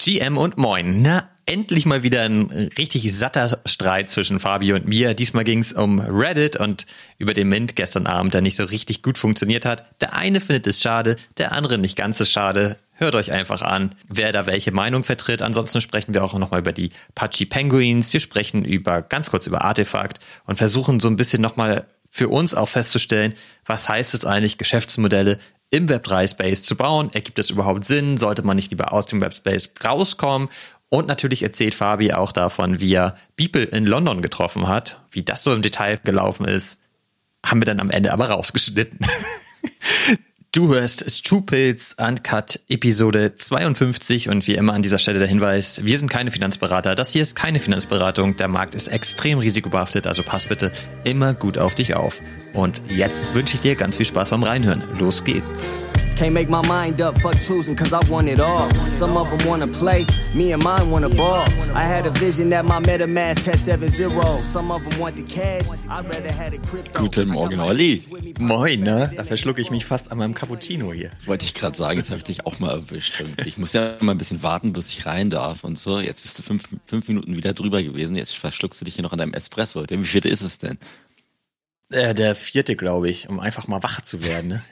GM und Moin. Na, endlich mal wieder ein richtig satter Streit zwischen Fabi und mir. Diesmal ging es um Reddit und über den Mint gestern Abend, der nicht so richtig gut funktioniert hat. Der eine findet es schade, der andere nicht ganz so schade. Hört euch einfach an, wer da welche Meinung vertritt. Ansonsten sprechen wir auch nochmal über die Pudgy Penguins. Wir sprechen ganz kurz über Artefakt und versuchen so ein bisschen nochmal für uns auch festzustellen, was heißt es eigentlich, Geschäftsmodelle im Web3-Space zu bauen? Ergibt es überhaupt Sinn? Sollte man nicht lieber aus dem Web-Space rauskommen? Und natürlich erzählt Fabi auch davon, wie er Beeple in London getroffen hat. Wie das so im Detail gelaufen ist, haben wir dann am Ende aber rausgeschnitten. Du hörst Stupids Uncut Episode 52 und wie immer an dieser Stelle der Hinweis, wir sind keine Finanzberater. Das hier ist keine Finanzberatung. Der Markt ist extrem risikobehaftet, also pass bitte immer gut auf dich auf. Und jetzt wünsche ich dir ganz viel Spaß beim Reinhören. Los geht's. Can't make my mind up, fuck choosing, cause I want it all. Some of them wanna play, me and mine wanna ball. I had a vision that my MetaMask had 7 zeros. Some of them want the cash, I'd rather had a crypto. Guten Morgen, Olli. Moin, ne? Da verschlucke ich mich fast an meinem Cappuccino hier. Wollte ich gerade sagen, jetzt habe ich dich auch mal erwischt. Und ich muss ja mal ein bisschen warten, bis ich rein darf und so. Jetzt bist du fünf Minuten wieder drüber gewesen. Jetzt verschluckst du dich hier noch an deinem Espresso. Wie viel ist es denn? Der 4., glaube ich, um einfach mal wach zu werden, ne?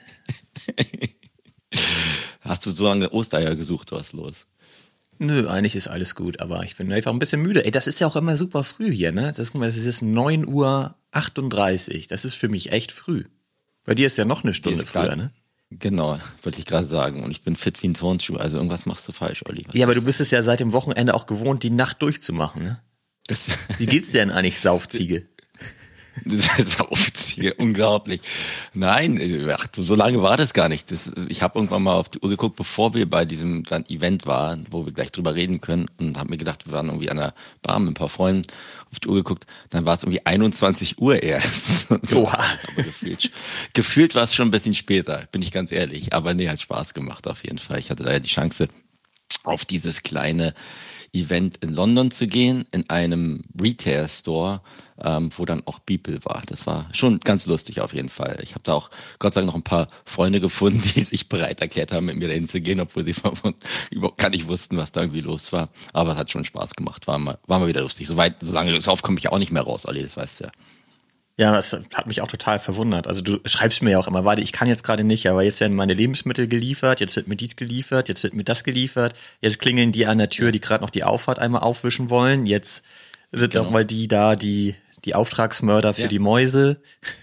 Hast du so lange Ostereier gesucht, was los? Nö, eigentlich ist alles gut, aber ich bin einfach ein bisschen müde. Ey, das ist ja auch immer super früh hier, ne? Das ist 9:38 Uhr. Das ist für mich echt früh. Bei dir ist ja noch eine Stunde früher, ne? Genau, wollte ich gerade sagen. Und ich bin fit wie ein Turnschuh, also irgendwas machst du falsch, Olli. Ja, aber du bist es ja seit dem Wochenende auch gewohnt, die Nacht durchzumachen, ne? Wie geht's dir denn eigentlich, Saufziege? Das ist unglaublich. Nein, ach, so lange war das gar nicht. Ich habe irgendwann mal auf die Uhr geguckt, bevor wir bei diesem dann Event waren, wo wir gleich drüber reden können, und habe mir gedacht, wir waren irgendwie an der Bar mit ein paar Freunden, auf die Uhr geguckt, dann war es irgendwie 21 Uhr erst. So, aber gefühlt war es schon ein bisschen später, bin ich ganz ehrlich. Aber nee, hat Spaß gemacht auf jeden Fall. Ich hatte da ja die Chance, auf dieses kleine Event in London zu gehen, in einem Retail-Store, wo dann auch Beeple war. Das war schon ganz lustig auf jeden Fall. Ich habe da auch Gott sei Dank noch ein paar Freunde gefunden, die sich bereit erklärt haben, mit mir dahin zu gehen, obwohl sie überhaupt gar nicht wussten, was da irgendwie los war. Aber es hat schon Spaß gemacht, war mal wieder lustig. So lange komme ich ja auch nicht mehr raus, Olli, das weißt du ja. Ja, das hat mich auch total verwundert. Also du schreibst mir ja auch immer, warte, ich kann jetzt gerade nicht, aber jetzt werden meine Lebensmittel geliefert, jetzt wird mir dies geliefert, jetzt wird mir das geliefert, jetzt klingeln die an der Tür, die gerade noch die Auffahrt einmal aufwischen wollen, jetzt sind auch mal die da, die Auftragsmörder für die Mäuse.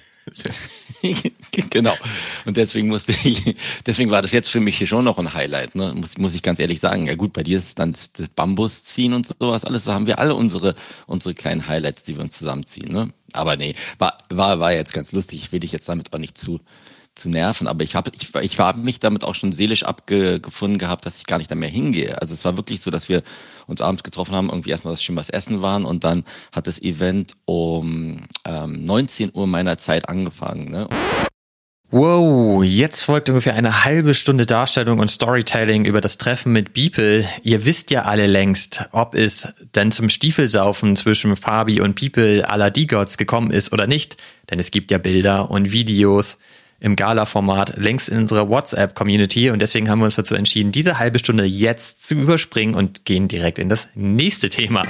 Genau. Und deswegen war das jetzt für mich schon noch ein Highlight, ne? Muss ich ganz ehrlich sagen. Ja gut, bei dir ist es dann das Bambus ziehen und sowas alles. So haben wir alle unsere kleinen Highlights, die wir uns zusammenziehen, ne? Aber nee, war jetzt ganz lustig. Ich will dich jetzt damit auch nicht zu nerven, aber ich habe mich damit auch schon seelisch abgefunden gehabt, dass ich gar nicht da mehr hingehe. Also es war wirklich so, dass wir uns abends getroffen haben, irgendwie erstmal schön was essen waren und dann hat das Event um 19 Uhr meiner Zeit angefangen, ne? Wow, jetzt folgt ungefähr eine halbe Stunde Darstellung und Storytelling über das Treffen mit Beeple. Ihr wisst ja alle längst, ob es denn zum Stiefelsaufen zwischen Fabi und Beeple à la D-Gods gekommen ist oder nicht, denn es gibt ja Bilder und Videos im Gala-Format längst in unserer WhatsApp-Community und deswegen haben wir uns dazu entschieden, diese halbe Stunde jetzt zu überspringen und gehen direkt in das nächste Thema.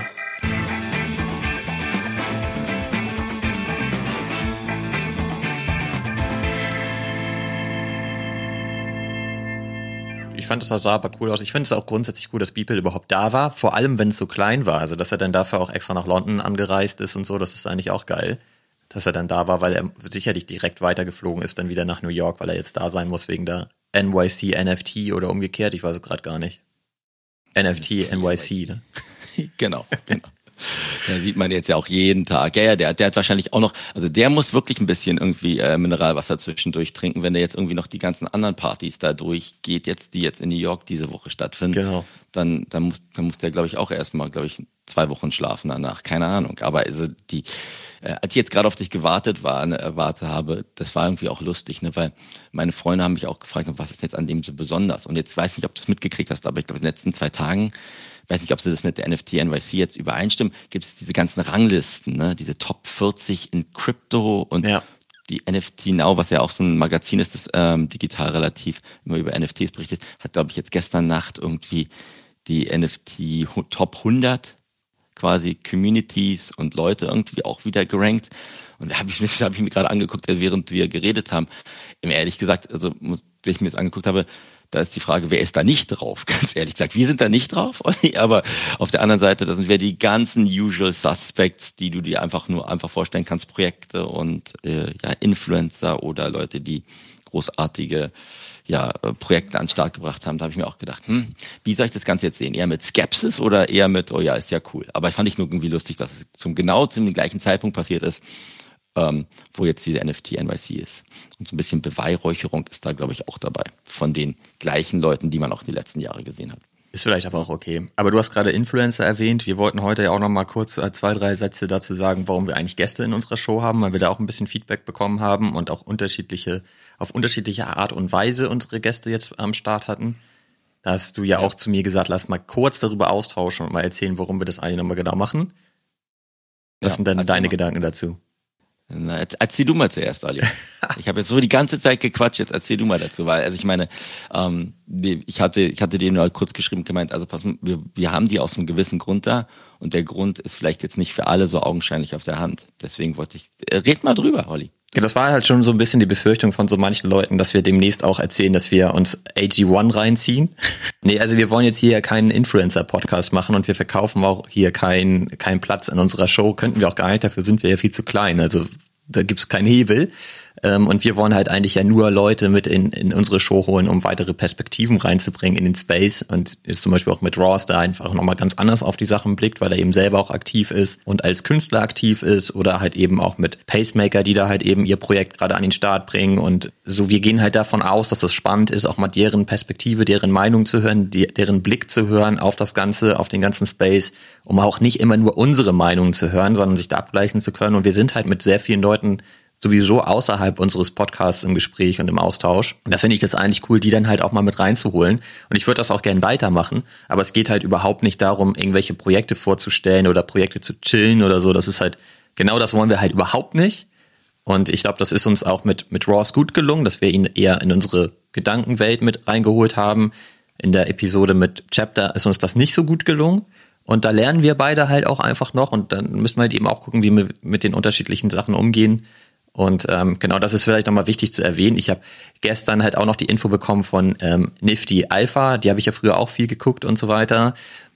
Ich fand, das sah aber cool aus. Ich finde es auch grundsätzlich gut, dass Beeple überhaupt da war, vor allem wenn es so klein war, also dass er dann dafür auch extra nach London angereist ist und so, das ist eigentlich auch geil. Dass er dann da war, weil er sicherlich direkt weitergeflogen ist, dann wieder nach New York, weil er jetzt da sein muss wegen der NYC NFT oder umgekehrt, ich weiß es gerade gar nicht. NFT, NYC, ne? Genau. Da sieht man jetzt ja auch jeden Tag. Ja, der hat wahrscheinlich auch noch, also der muss wirklich ein bisschen irgendwie Mineralwasser zwischendurch trinken, wenn der jetzt irgendwie noch die ganzen anderen Partys da durchgeht, die jetzt in New York diese Woche stattfinden. Genau. Dann muss der, glaube ich, auch erstmal, 2 Wochen schlafen danach. Keine Ahnung. Aber also als ich jetzt gerade auf dich gewartet habe, das war irgendwie auch lustig, ne, weil meine Freunde haben mich auch gefragt, was ist jetzt an dem so besonders? Und jetzt weiß nicht, ob du es mitgekriegt hast, aber ich glaube, in den letzten 2 Tagen, weiß nicht, ob sie das mit der NFT NYC jetzt übereinstimmen, gibt es diese ganzen Ranglisten, ne, diese Top 40 in Crypto und die NFT Now, was ja auch so ein Magazin ist, das digital relativ immer über NFTs berichtet, hat, glaube ich, jetzt gestern Nacht irgendwie die NFT Top 100 quasi Communities und Leute irgendwie auch wieder gerankt. Und da habe ich mir gerade angeguckt, während wir geredet haben. Ehrlich gesagt, also wenn ich mir das angeguckt habe, da ist die Frage, wer ist da nicht drauf? Ganz ehrlich gesagt, wir sind da nicht drauf, Olli, aber auf der anderen Seite, da sind wir die ganzen Usual Suspects, die du dir einfach vorstellen kannst, Projekte und Influencer oder Leute, die großartige Projekte an den Start gebracht haben. Da habe ich mir auch gedacht, wie soll ich das Ganze jetzt sehen? Eher mit Skepsis oder eher mit, oh ja, ist ja cool. Aber fand ich nur irgendwie lustig, dass es zum gleichen Zeitpunkt passiert ist, wo jetzt diese NFT NYC ist. Und so ein bisschen Beweihräucherung ist da, glaube ich, auch dabei. Von den gleichen Leuten, die man auch die letzten Jahre gesehen hat. Ist vielleicht aber auch okay. Aber du hast gerade Influencer erwähnt. Wir wollten heute ja auch noch mal kurz 2-3 Sätze dazu sagen, warum wir eigentlich Gäste in unserer Show haben, weil wir da auch ein bisschen Feedback bekommen haben und auch auf unterschiedliche Art und Weise unsere Gäste jetzt am Start hatten. Da hast du ja auch zu mir gesagt, lass mal kurz darüber austauschen und mal erzählen, warum wir das eigentlich nochmal genau machen. Was sind denn deine Gedanken dazu? Na, erzähl du mal zuerst, Ali. Ich habe jetzt so die ganze Zeit gequatscht, jetzt erzähl du mal dazu, weil, also ich meine, ich hatte dir nur kurz geschrieben, gemeint, also pass, wir haben die aus einem gewissen Grund da und der Grund ist vielleicht jetzt nicht für alle so augenscheinlich auf der Hand. Deswegen red mal drüber, Olli. Ja, das war halt schon so ein bisschen die Befürchtung von so manchen Leuten, dass wir demnächst auch erzählen, dass wir uns AG1 reinziehen. Nee, also wir wollen jetzt hier keinen Influencer-Podcast machen und wir verkaufen auch hier keinen Platz in unserer Show. Könnten wir auch gar nicht, dafür sind wir ja viel zu klein. Also da gibt's keinen Hebel. Und wir wollen halt eigentlich ja nur Leute mit in unsere Show holen, um weitere Perspektiven reinzubringen in den Space. Und ist zum Beispiel auch mit Ross da einfach nochmal ganz anders auf die Sachen blickt, weil er eben selber auch aktiv ist und als Künstler aktiv ist oder halt eben auch mit Pacemaker, die da halt eben ihr Projekt gerade an den Start bringen. Und so, wir gehen halt davon aus, dass es spannend ist, auch mal deren Perspektive, deren Meinung zu hören, deren Blick zu hören auf das Ganze, auf den ganzen Space, um auch nicht immer nur unsere Meinung zu hören, sondern sich da abgleichen zu können. Und wir sind halt mit sehr vielen Leuten sowieso außerhalb unseres Podcasts im Gespräch und im Austausch. Und da finde ich das eigentlich cool, die dann halt auch mal mit reinzuholen. Und ich würde das auch gern weitermachen, aber es geht halt überhaupt nicht darum, irgendwelche Projekte vorzustellen oder Projekte zu chillen oder so. Das ist halt, genau das wollen wir halt überhaupt nicht. Und ich glaube, das ist uns auch mit Ross gut gelungen, dass wir ihn eher in unsere Gedankenwelt mit reingeholt haben. In der Episode mit Chapter ist uns das nicht so gut gelungen. Und da lernen wir beide halt auch einfach noch. Und dann müssen wir halt eben auch gucken, wie wir mit den unterschiedlichen Sachen umgehen. Und genau, das ist vielleicht nochmal wichtig zu erwähnen. Ich habe gestern halt auch noch die Info bekommen von Nifty Alpha, die habe ich ja früher auch viel geguckt und so weiter.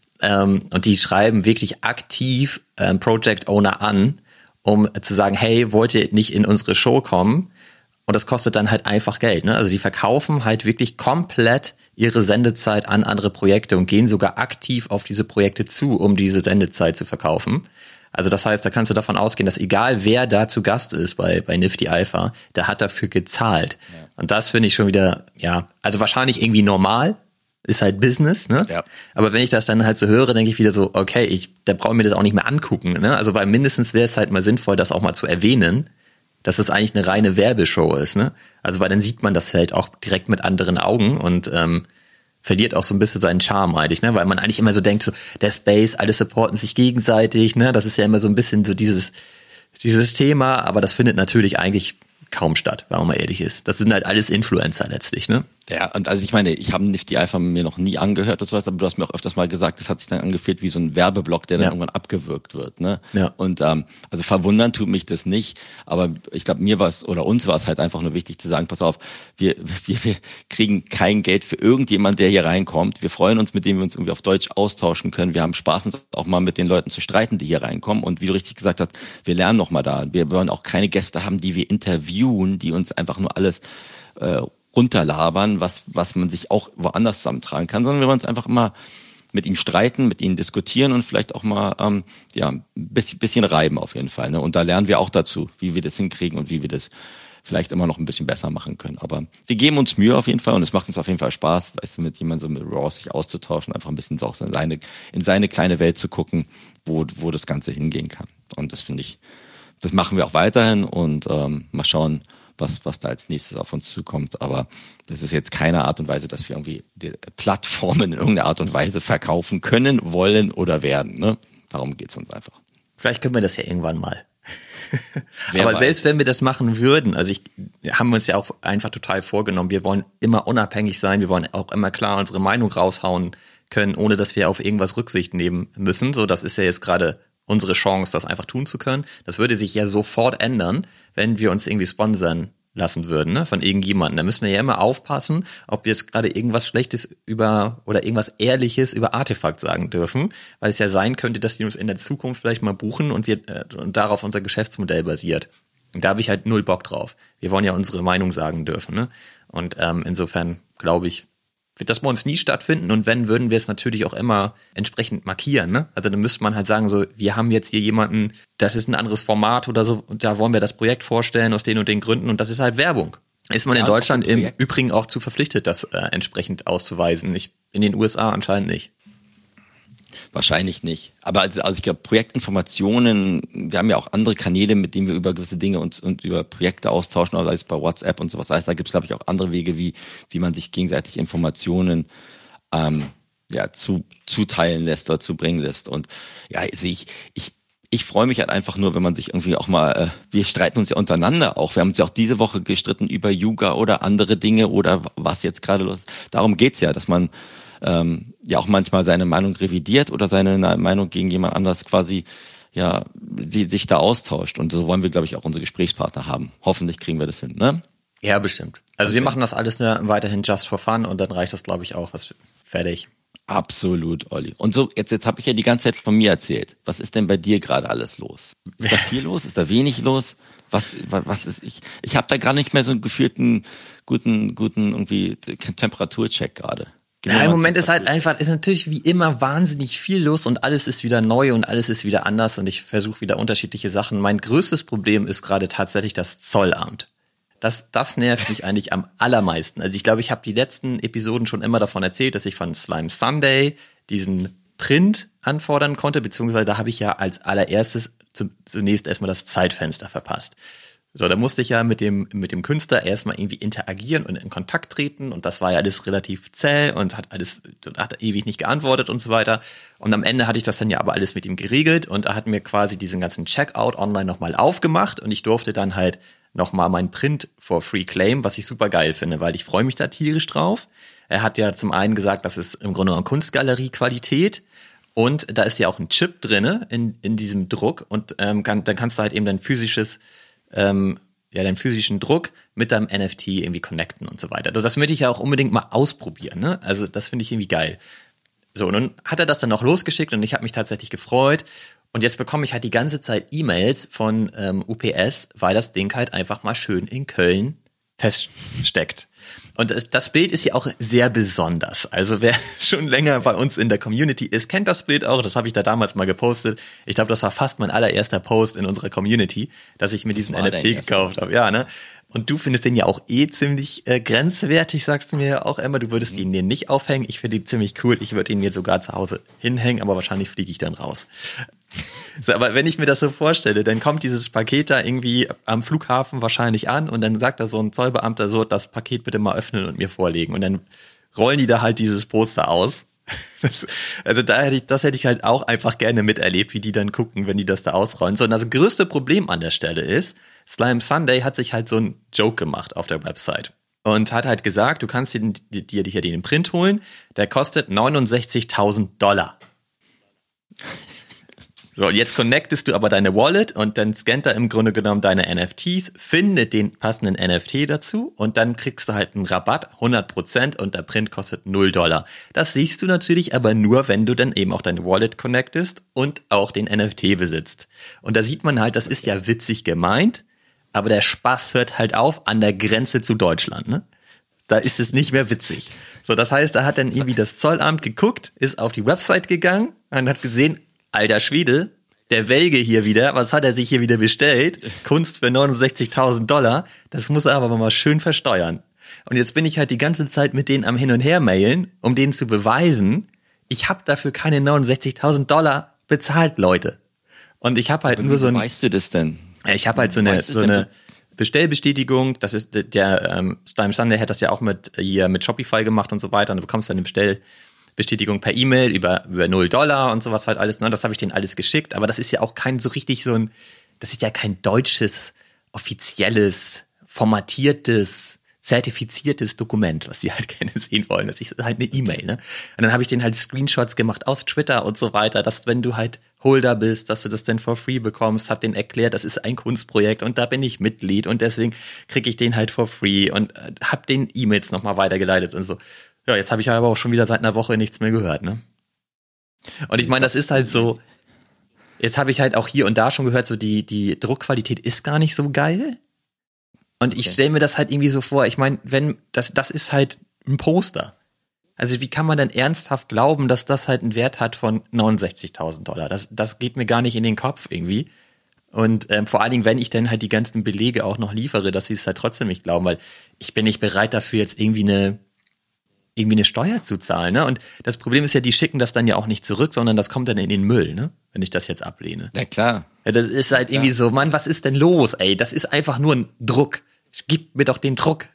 Und die schreiben wirklich aktiv Project Owner an, um zu sagen, hey, wollt ihr nicht in unsere Show kommen? Und das kostet dann halt einfach Geld, ne? Also die verkaufen halt wirklich komplett ihre Sendezeit an andere Projekte und gehen sogar aktiv auf diese Projekte zu, um diese Sendezeit zu verkaufen. Also das heißt, da kannst du davon ausgehen, dass egal wer da zu Gast ist bei Nifty Alpha, der hat dafür gezahlt. Ja. Und das finde ich schon wieder, ja, also wahrscheinlich irgendwie normal, ist halt Business, ne? Ja. Aber wenn ich das dann halt so höre, denke ich wieder so, okay, da brauche ich mir das auch nicht mehr angucken, ne? Also weil mindestens wäre es halt mal sinnvoll, das auch mal zu erwähnen, dass es eigentlich eine reine Werbeshow ist, ne? Also weil dann sieht man das halt auch direkt mit anderen Augen und verliert auch so ein bisschen seinen Charme eigentlich, ne? Weil man eigentlich immer so denkt, so der Space, alle supporten sich gegenseitig, ne? Das ist ja immer so ein bisschen so dieses Thema, aber das findet natürlich eigentlich kaum statt, wenn man mal ehrlich ist. Das sind halt alles Influencer letztlich, ne? Ja, und also ich meine, ich habe Nifty Alpha mir noch nie angehört oder sowas, aber du hast mir auch öfters mal gesagt, das hat sich dann angefühlt wie so ein Werbeblock, der dann irgendwann abgewürgt wird, ne? Ja. Und also verwundern tut mich das nicht, aber ich glaube, uns war es halt einfach nur wichtig zu sagen, pass auf, wir kriegen kein Geld für irgendjemand, der hier reinkommt. Wir freuen uns, mit dem wir uns irgendwie auf Deutsch austauschen können. Wir haben Spaß, uns auch mal mit den Leuten zu streiten, die hier reinkommen. Und wie du richtig gesagt hast, wir lernen noch mal da. Wir wollen auch keine Gäste haben, die wir interviewen, die uns einfach nur alles runterlabern, was man sich auch woanders zusammentragen kann, sondern wir wollen uns einfach immer mit ihnen streiten, mit ihnen diskutieren und vielleicht auch mal ein bisschen reiben auf jeden Fall. Ne? Und da lernen wir auch dazu, wie wir das hinkriegen und wie wir das vielleicht immer noch ein bisschen besser machen können. Aber wir geben uns Mühe auf jeden Fall und es macht uns auf jeden Fall Spaß, weißt du, mit jemandem so mit Ross sich auszutauschen, einfach ein bisschen so auch in seine kleine Welt zu gucken, wo das Ganze hingehen kann. Und das finde ich, das machen wir auch weiterhin und mal schauen, was da als nächstes auf uns zukommt. Aber das ist jetzt keine Art und Weise, dass wir irgendwie die Plattformen in irgendeiner Art und Weise verkaufen können, wollen oder werden. Ne? Darum geht's uns einfach. Vielleicht können wir das ja irgendwann mal. Aber weiß. Selbst wenn wir das machen würden, also haben wir uns ja auch einfach total vorgenommen, wir wollen immer unabhängig sein, wir wollen auch immer klar unsere Meinung raushauen können, ohne dass wir auf irgendwas Rücksicht nehmen müssen. So, das ist ja jetzt gerade unsere Chance, das einfach tun zu können. Das würde sich ja sofort ändern, wenn wir uns irgendwie sponsern lassen würden, ne, von irgendjemandem. Da müssen wir ja immer aufpassen, ob wir jetzt gerade irgendwas Schlechtes oder irgendwas Ehrliches über Artefakt sagen dürfen, weil es ja sein könnte, dass die uns in der Zukunft vielleicht mal buchen und darauf unser Geschäftsmodell basiert. Und da habe ich halt null Bock drauf. Wir wollen ja unsere Meinung sagen dürfen, ne? Und insofern glaube ich, wird das bei uns nie stattfinden, und wenn, würden wir es natürlich auch immer entsprechend markieren, ne? Also dann müsste man halt sagen, so, wir haben jetzt hier jemanden, das ist ein anderes Format oder so, und da wollen wir das Projekt vorstellen aus den und den Gründen, und das ist halt Werbung. Ist man in Deutschland im Übrigen auch zu verpflichtet, das entsprechend auszuweisen. In den USA anscheinend nicht. Wahrscheinlich nicht. Aber also ich glaube, Projektinformationen, wir haben ja auch andere Kanäle, mit denen wir über gewisse Dinge und über Projekte austauschen, also bei WhatsApp und sowas. Da gibt es, glaube ich, auch andere Wege, wie man sich gegenseitig Informationen zuteilen lässt oder zubringen lässt. Und ja, also ich freue mich halt einfach nur, wenn man sich irgendwie auch mal, wir streiten uns ja untereinander auch. Wir haben uns ja auch diese Woche gestritten über Yuga oder andere Dinge oder was jetzt gerade los ist. Darum geht's ja, dass man ja auch manchmal seine Meinung revidiert oder seine Meinung gegen jemand anders quasi, ja, sich da austauscht. Und so wollen wir, glaube ich, auch unsere Gesprächspartner haben. Hoffentlich kriegen wir das hin, ne? Ja, bestimmt. Also wir machen das alles weiterhin just for fun, und dann reicht das, glaube ich, auch. Fertig. Absolut, Olli. Und so, jetzt habe ich ja die ganze Zeit von mir erzählt. Was ist denn bei dir gerade alles los? Ist da viel los? Ist da wenig los? Was ist, ich habe da gerade nicht mehr so einen gefühlten, guten irgendwie Temperaturcheck gerade. Ja, im Moment ist natürlich wie immer wahnsinnig viel los, und alles ist wieder neu und alles ist wieder anders, und ich versuche wieder unterschiedliche Sachen. Mein größtes Problem ist gerade tatsächlich das Zollamt. Das nervt mich eigentlich am allermeisten. Also ich glaube, ich habe die letzten Episoden schon immer davon erzählt, dass ich von Slime Sunday diesen Print anfordern konnte, beziehungsweise da habe ich ja als allererstes zunächst erstmal das Zeitfenster verpasst. So, da musste ich ja mit dem Künstler erstmal irgendwie interagieren und in Kontakt treten, und das war ja alles relativ zäh und hat ewig nicht geantwortet und so weiter. Und am Ende hatte ich das dann ja aber alles mit ihm geregelt, und er hat mir quasi diesen ganzen Checkout online nochmal aufgemacht, und ich durfte dann halt nochmal meinen Print for free claim, was ich super geil finde, weil ich freue mich da tierisch drauf. Er hat ja zum einen gesagt, das ist im Grunde genommen Kunstgalerie-Qualität, und da ist ja auch ein Chip drinne in diesem Druck, und dann kannst du halt eben dein deinen physischen Druck mit deinem NFT irgendwie connecten und so weiter. Das möchte ich ja auch unbedingt mal ausprobieren, ne? Also das finde ich irgendwie geil. So, nun hat er das dann noch losgeschickt, und ich habe mich tatsächlich gefreut. Und jetzt bekomme ich halt die ganze Zeit E-Mails von UPS, weil das Ding halt einfach mal schön in Köln feststeckt. Und das Bild ist ja auch sehr besonders. Also wer schon länger bei uns in der Community ist, kennt das Bild auch. Das habe ich da damals mal gepostet. Ich glaube, das war fast mein allererster Post in unserer Community, dass ich mir diesen NFT gekauft habe. Ja, ne? Und du findest den ja auch ziemlich grenzwertig, sagst du mir ja auch immer. Du würdest ihn dir nicht aufhängen. Ich finde ihn ziemlich cool. Ich würde ihn mir sogar zu Hause hinhängen, aber wahrscheinlich fliege ich dann raus. So, aber wenn ich mir das so vorstelle, dann kommt dieses Paket da irgendwie am Flughafen wahrscheinlich an, und dann sagt da so ein Zollbeamter so, das Paket bitte mal öffnen und mir vorlegen, und dann rollen die da halt dieses Poster aus. Das hätte ich halt auch einfach gerne miterlebt, wie die dann gucken, wenn die das da ausrollen. So, und das größte Problem an der Stelle ist, Slime Sunday hat sich halt so einen Joke gemacht auf der Website und hat halt gesagt, du kannst dir hier den Print holen, der kostet $69.000. So, jetzt connectest du aber deine Wallet, und dann scannt er im Grunde genommen deine NFTs, findet den passenden NFT dazu, und dann kriegst du halt einen Rabatt, 100%, und der Print kostet $0. Das siehst du natürlich aber nur, wenn du dann eben auch deine Wallet connectest und auch den NFT besitzt. Und da sieht man halt, das ist ja witzig gemeint, aber der Spaß hört halt auf an der Grenze zu Deutschland, ne? Da ist es nicht mehr witzig. So, das heißt, da hat dann irgendwie das Zollamt geguckt, ist auf die Website gegangen und hat gesehen, alter Schwede, der Welge hier wieder, was hat er sich hier wieder bestellt? Kunst für $69.000, das muss er aber mal schön versteuern. Und jetzt bin ich halt die ganze Zeit mit denen am Hin und Her mailen, um denen zu beweisen, ich habe dafür keine $69.000 bezahlt, Leute. Und ich habe halt nur so ein... Wie weißt du das denn? Ich habe halt so eine Bestellbestätigung, das ist der Slime Sunday hat das ja auch mit Shopify gemacht und so weiter, und du bekommst dann eine Bestätigung per E-Mail über $0 und sowas halt alles, ne? Das habe ich denen alles geschickt, aber das ist ja auch kein so richtig das ist ja kein deutsches, offizielles, formatiertes zertifiziertes Dokument, was sie halt gerne sehen wollen. Das ist halt eine E-Mail, ne? Und dann habe ich denen halt Screenshots gemacht aus Twitter und so weiter, dass wenn du halt Holder bist, dass du das dann for free bekommst, hab denen erklärt, das ist ein Kunstprojekt und da bin ich Mitglied und deswegen kriege ich den halt for free und hab den E-Mails nochmal weitergeleitet und so. Ja, jetzt habe ich aber auch schon wieder seit einer Woche nichts mehr gehört, ne? Und ich meine, das ist halt so, jetzt habe ich halt auch hier und da schon gehört, so die Druckqualität ist gar nicht so geil. Und ich stelle mir das halt irgendwie so vor, ich meine, wenn, das ist halt ein Poster. Also wie kann man denn ernsthaft glauben, dass das halt einen Wert hat von $69.000? Das geht mir gar nicht in den Kopf irgendwie. Und vor allen Dingen, wenn ich dann halt die ganzen Belege auch noch liefere, dass sie es halt trotzdem nicht glauben, weil ich bin nicht bereit dafür, jetzt irgendwie eine Steuer zu zahlen, ne? Und das Problem ist ja, die schicken das dann ja auch nicht zurück, sondern das kommt dann in den Müll, ne? Wenn ich das jetzt ablehne. Ja, klar. Ja, das ist halt irgendwie so, Mann, was ist denn los, ey? Das ist einfach nur ein Druck. Gib mir doch den Druck.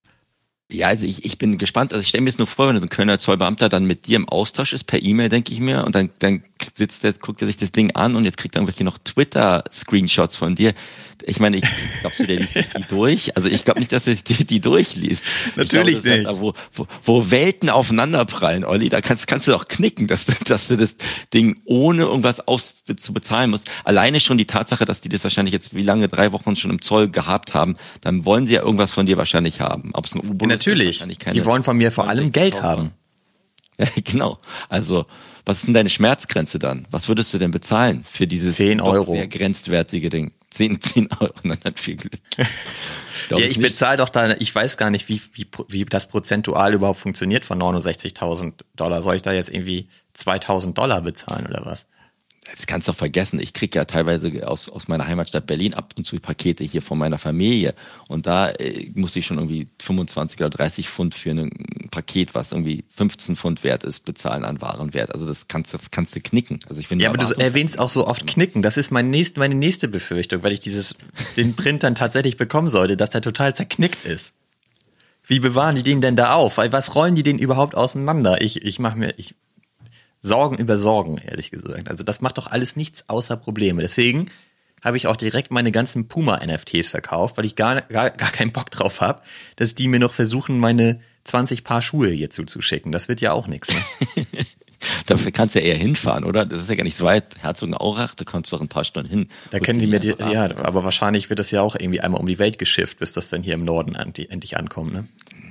Ja, also ich bin gespannt. Also ich stelle mir jetzt nur vor, wenn so ein Kölner Zollbeamter dann mit dir im Austausch ist, per E-Mail, denke ich mir, und dann guckt er sich das Ding an und jetzt kriegt er irgendwelche noch Twitter-Screenshots von dir. Ich meine, glaubst du, der liest die durch? Also ich glaube nicht, dass er die durchliest. Natürlich glaube, nicht. Halt, wo Welten aufeinanderprallen, Olli, da kannst du doch knicken, dass du das Ding ohne irgendwas zu bezahlen musst. Alleine schon die Tatsache, dass die das wahrscheinlich jetzt wie lange, 3 Wochen schon im Zoll gehabt haben, dann wollen sie ja irgendwas von dir wahrscheinlich haben. Ob es ein U-Boot Natürlich. Die wollen von mir vor allem Geld haben. Ja, genau. Also, was ist denn deine Schmerzgrenze dann? Was würdest du denn bezahlen für dieses 10 Euro. Sehr grenzwertige Ding? 10 Euro, dann hat viel Glück. Ja, ich bezahle doch da, ich weiß gar nicht, wie das prozentual überhaupt funktioniert von $69.000. Soll ich da jetzt irgendwie $2.000 bezahlen oder was? Das kannst du doch vergessen. Ich kriege ja teilweise aus meiner Heimatstadt Berlin ab und zu Pakete hier von meiner Familie. Und da musste ich schon irgendwie 25 oder 30 Pfund für ein Paket, was irgendwie 15 Pfund wert ist, bezahlen an Warenwert. Also das kannst du knicken. Also ich finde. Ja, aber du erwähnst auch so oft knicken. Das ist meine nächste Befürchtung, weil ich den Print dann tatsächlich bekommen sollte, dass der total zerknickt ist. Wie bewahren die den denn da auf? Weil was rollen die denn überhaupt auseinander? Ich mache mir Sorgen über Sorgen, ehrlich gesagt. Also das macht doch alles nichts außer Probleme. Deswegen habe ich auch direkt meine ganzen Puma-NFTs verkauft, weil ich gar keinen Bock drauf habe, dass die mir noch versuchen, meine 20 Paar Schuhe hier zuzuschicken. Das wird ja auch nichts. Ne? Dafür kannst du ja eher hinfahren, oder? Das ist ja gar nicht so weit. Herzogenaurach, da kommst du doch ein paar Stunden hin. Da können die mir, aber wahrscheinlich wird das ja auch irgendwie einmal um die Welt geschifft, bis das dann hier im Norden endlich ankommt, ne?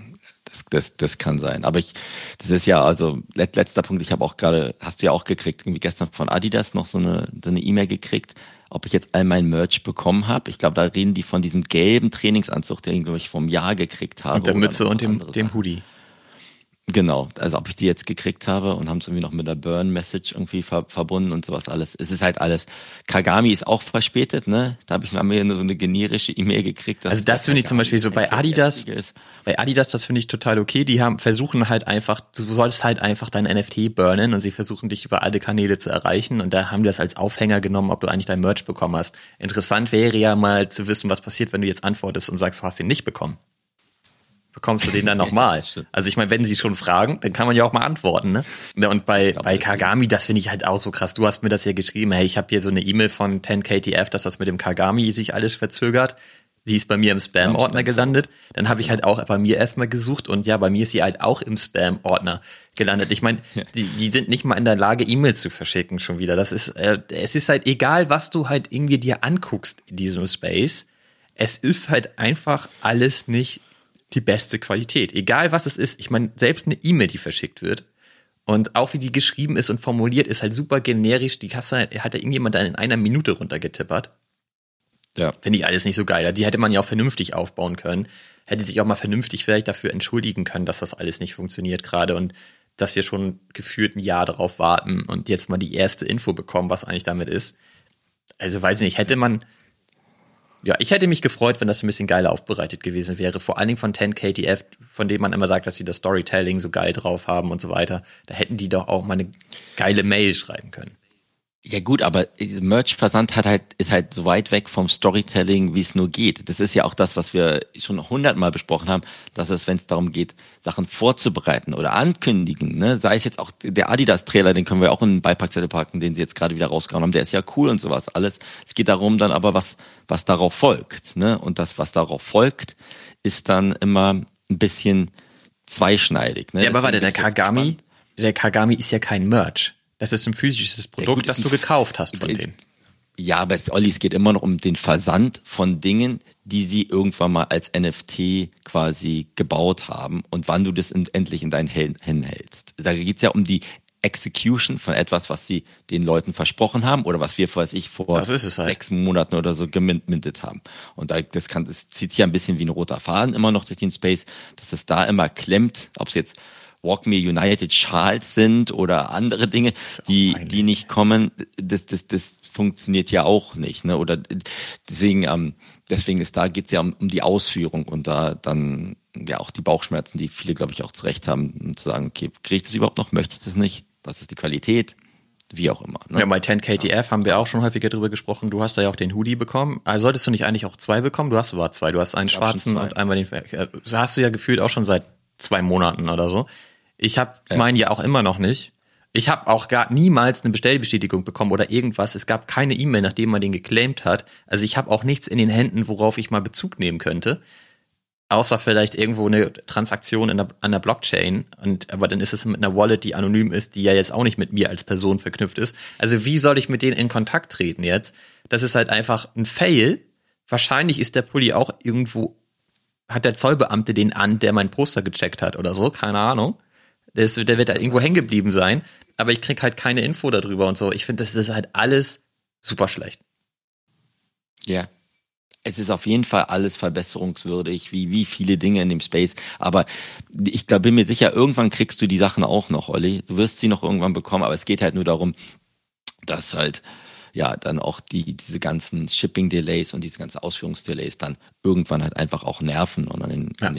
Das kann sein. Aber das ist ja, also letzter Punkt, ich habe auch gerade, hast du ja auch gekriegt, irgendwie gestern von Adidas noch so eine E-Mail gekriegt, ob ich jetzt all mein Merch bekommen habe. Ich glaube, da reden die von diesem gelben Trainingsanzug, den ich, glaube ich, vom Jahr gekriegt habe. Und der Mütze und dem Hoodie. Genau, also ob ich die jetzt gekriegt habe und haben es irgendwie noch mit der Burn-Message irgendwie verbunden und sowas alles. Es ist halt alles. Kagami ist auch verspätet, ne? Da habe ich mir nur so eine generische E-Mail gekriegt. Also das finde ich zum Beispiel so bei Adidas, das finde ich total okay. Die versuchen halt einfach, du sollst halt einfach dein NFT burnen und sie versuchen dich über alle Kanäle zu erreichen und da haben die das als Aufhänger genommen, ob du eigentlich dein Merch bekommen hast. Interessant wäre ja mal zu wissen, was passiert, wenn du jetzt antwortest und sagst, du hast ihn nicht bekommen. Bekommst du den dann nochmal? Also ich meine, wenn sie schon fragen, dann kann man ja auch mal antworten, ne? Und bei Kagami, das finde ich halt auch so krass. Du hast mir das ja geschrieben, hey, ich habe hier so eine E-Mail von 10KTF, dass das mit dem Kagami sich alles verzögert. Die ist bei mir im Spam-Ordner gelandet. Dann habe ich halt auch bei mir erstmal gesucht und ja, bei mir ist sie halt auch im Spam-Ordner gelandet. Ich meine, die sind nicht mal in der Lage, E-Mails zu verschicken schon wieder. Das ist, es ist halt egal, was du halt irgendwie dir anguckst in diesem Space. Es ist halt einfach alles nicht die beste Qualität. Egal was es ist. Ich meine, selbst eine E-Mail, die verschickt wird und auch wie die geschrieben ist und formuliert, ist halt super generisch. Die hat ja irgendjemand dann in einer Minute runtergetippert. Ja. Finde ich alles nicht so geil. Die hätte man ja auch vernünftig aufbauen können. Hätte sich auch mal vernünftig vielleicht dafür entschuldigen können, dass das alles nicht funktioniert gerade und dass wir schon gefühlt ein Jahr darauf warten und jetzt mal die erste Info bekommen, was eigentlich damit ist. Also weiß nicht, ich hätte mich gefreut, wenn das ein bisschen geiler aufbereitet gewesen wäre. Vor allen Dingen von 10KTF, von dem man immer sagt, dass sie das Storytelling so geil drauf haben und so weiter. Da hätten die doch auch mal eine geile Mail schreiben können. Ja gut, aber Merch-Versand ist halt so weit weg vom Storytelling, wie es nur geht. Das ist ja auch das, was wir schon 100-mal besprochen haben, dass es, wenn es darum geht, Sachen vorzubereiten oder ankündigen, ne? Sei es jetzt auch der Adidas-Trailer, den können wir auch in den Beipackzettel packen, den sie jetzt gerade wieder rausgehauen haben, der ist ja cool und sowas alles. Es geht darum dann aber, was darauf folgt, ne? Und das, was darauf folgt, ist dann immer ein bisschen zweischneidig. Ne? Ja, aber warte, der Kagami ist ja kein Merch. Das ist ein physisches Produkt, das du gekauft hast von denen. Ja, aber Olli, es geht immer noch um den Versand von Dingen, die sie irgendwann mal als NFT quasi gebaut haben und wann du das endlich in deinen Händen hältst. Da geht's ja um die Execution von etwas, was sie den Leuten versprochen haben oder was wir, weiß ich, vor 6 Monaten oder so gemintet haben. Und das zieht sich ja ein bisschen wie ein roter Faden immer noch durch den Space, dass es da immer klemmt, ob es jetzt Walk Me United Schals sind oder andere Dinge, die nicht kommen, das funktioniert ja auch nicht, ne? Oder deswegen geht's ja um die Ausführung und da dann ja auch die Bauchschmerzen, die viele, glaube ich, auch zurecht haben, um zu sagen, okay, kriege ich das überhaupt noch, möchte ich das nicht? Was ist die Qualität? Wie auch immer. Ne? Ja, bei 10KTF haben wir auch schon häufiger drüber gesprochen. Du hast da ja auch den Hoodie bekommen. Also solltest du nicht eigentlich auch 2 bekommen? Du hast aber 2. Du hast einen schwarzen und einmal den. Das hast du ja gefühlt auch schon seit 2 Monaten oder so. Ich habe meinen ja auch immer noch nicht. Ich habe auch gar niemals eine Bestellbestätigung bekommen oder irgendwas. Es gab keine E-Mail, nachdem man den geclaimt hat. Also ich habe auch nichts in den Händen, worauf ich mal Bezug nehmen könnte. Außer vielleicht irgendwo eine Transaktion an der Blockchain. Aber dann ist es mit einer Wallet, die anonym ist, die ja jetzt auch nicht mit mir als Person verknüpft ist. Also wie soll ich mit denen in Kontakt treten jetzt? Das ist halt einfach ein Fail. Wahrscheinlich ist der Pulli auch irgendwo, hat der Zollbeamte den an, der mein Poster gecheckt hat oder so. Keine Ahnung. Der wird halt irgendwo hängen geblieben sein. Aber ich krieg halt keine Info darüber und so. Ich finde, das ist halt alles super schlecht. Ja. Es ist auf jeden Fall alles verbesserungswürdig, wie viele Dinge in dem Space. Aber ich bin mir sicher, irgendwann kriegst du die Sachen auch noch, Olli. Du wirst sie noch irgendwann bekommen, aber es geht halt nur darum, dass halt ja dann auch diese ganzen Shipping-Delays und diese ganzen Ausführungsdelays dann irgendwann halt einfach auch nerven. Und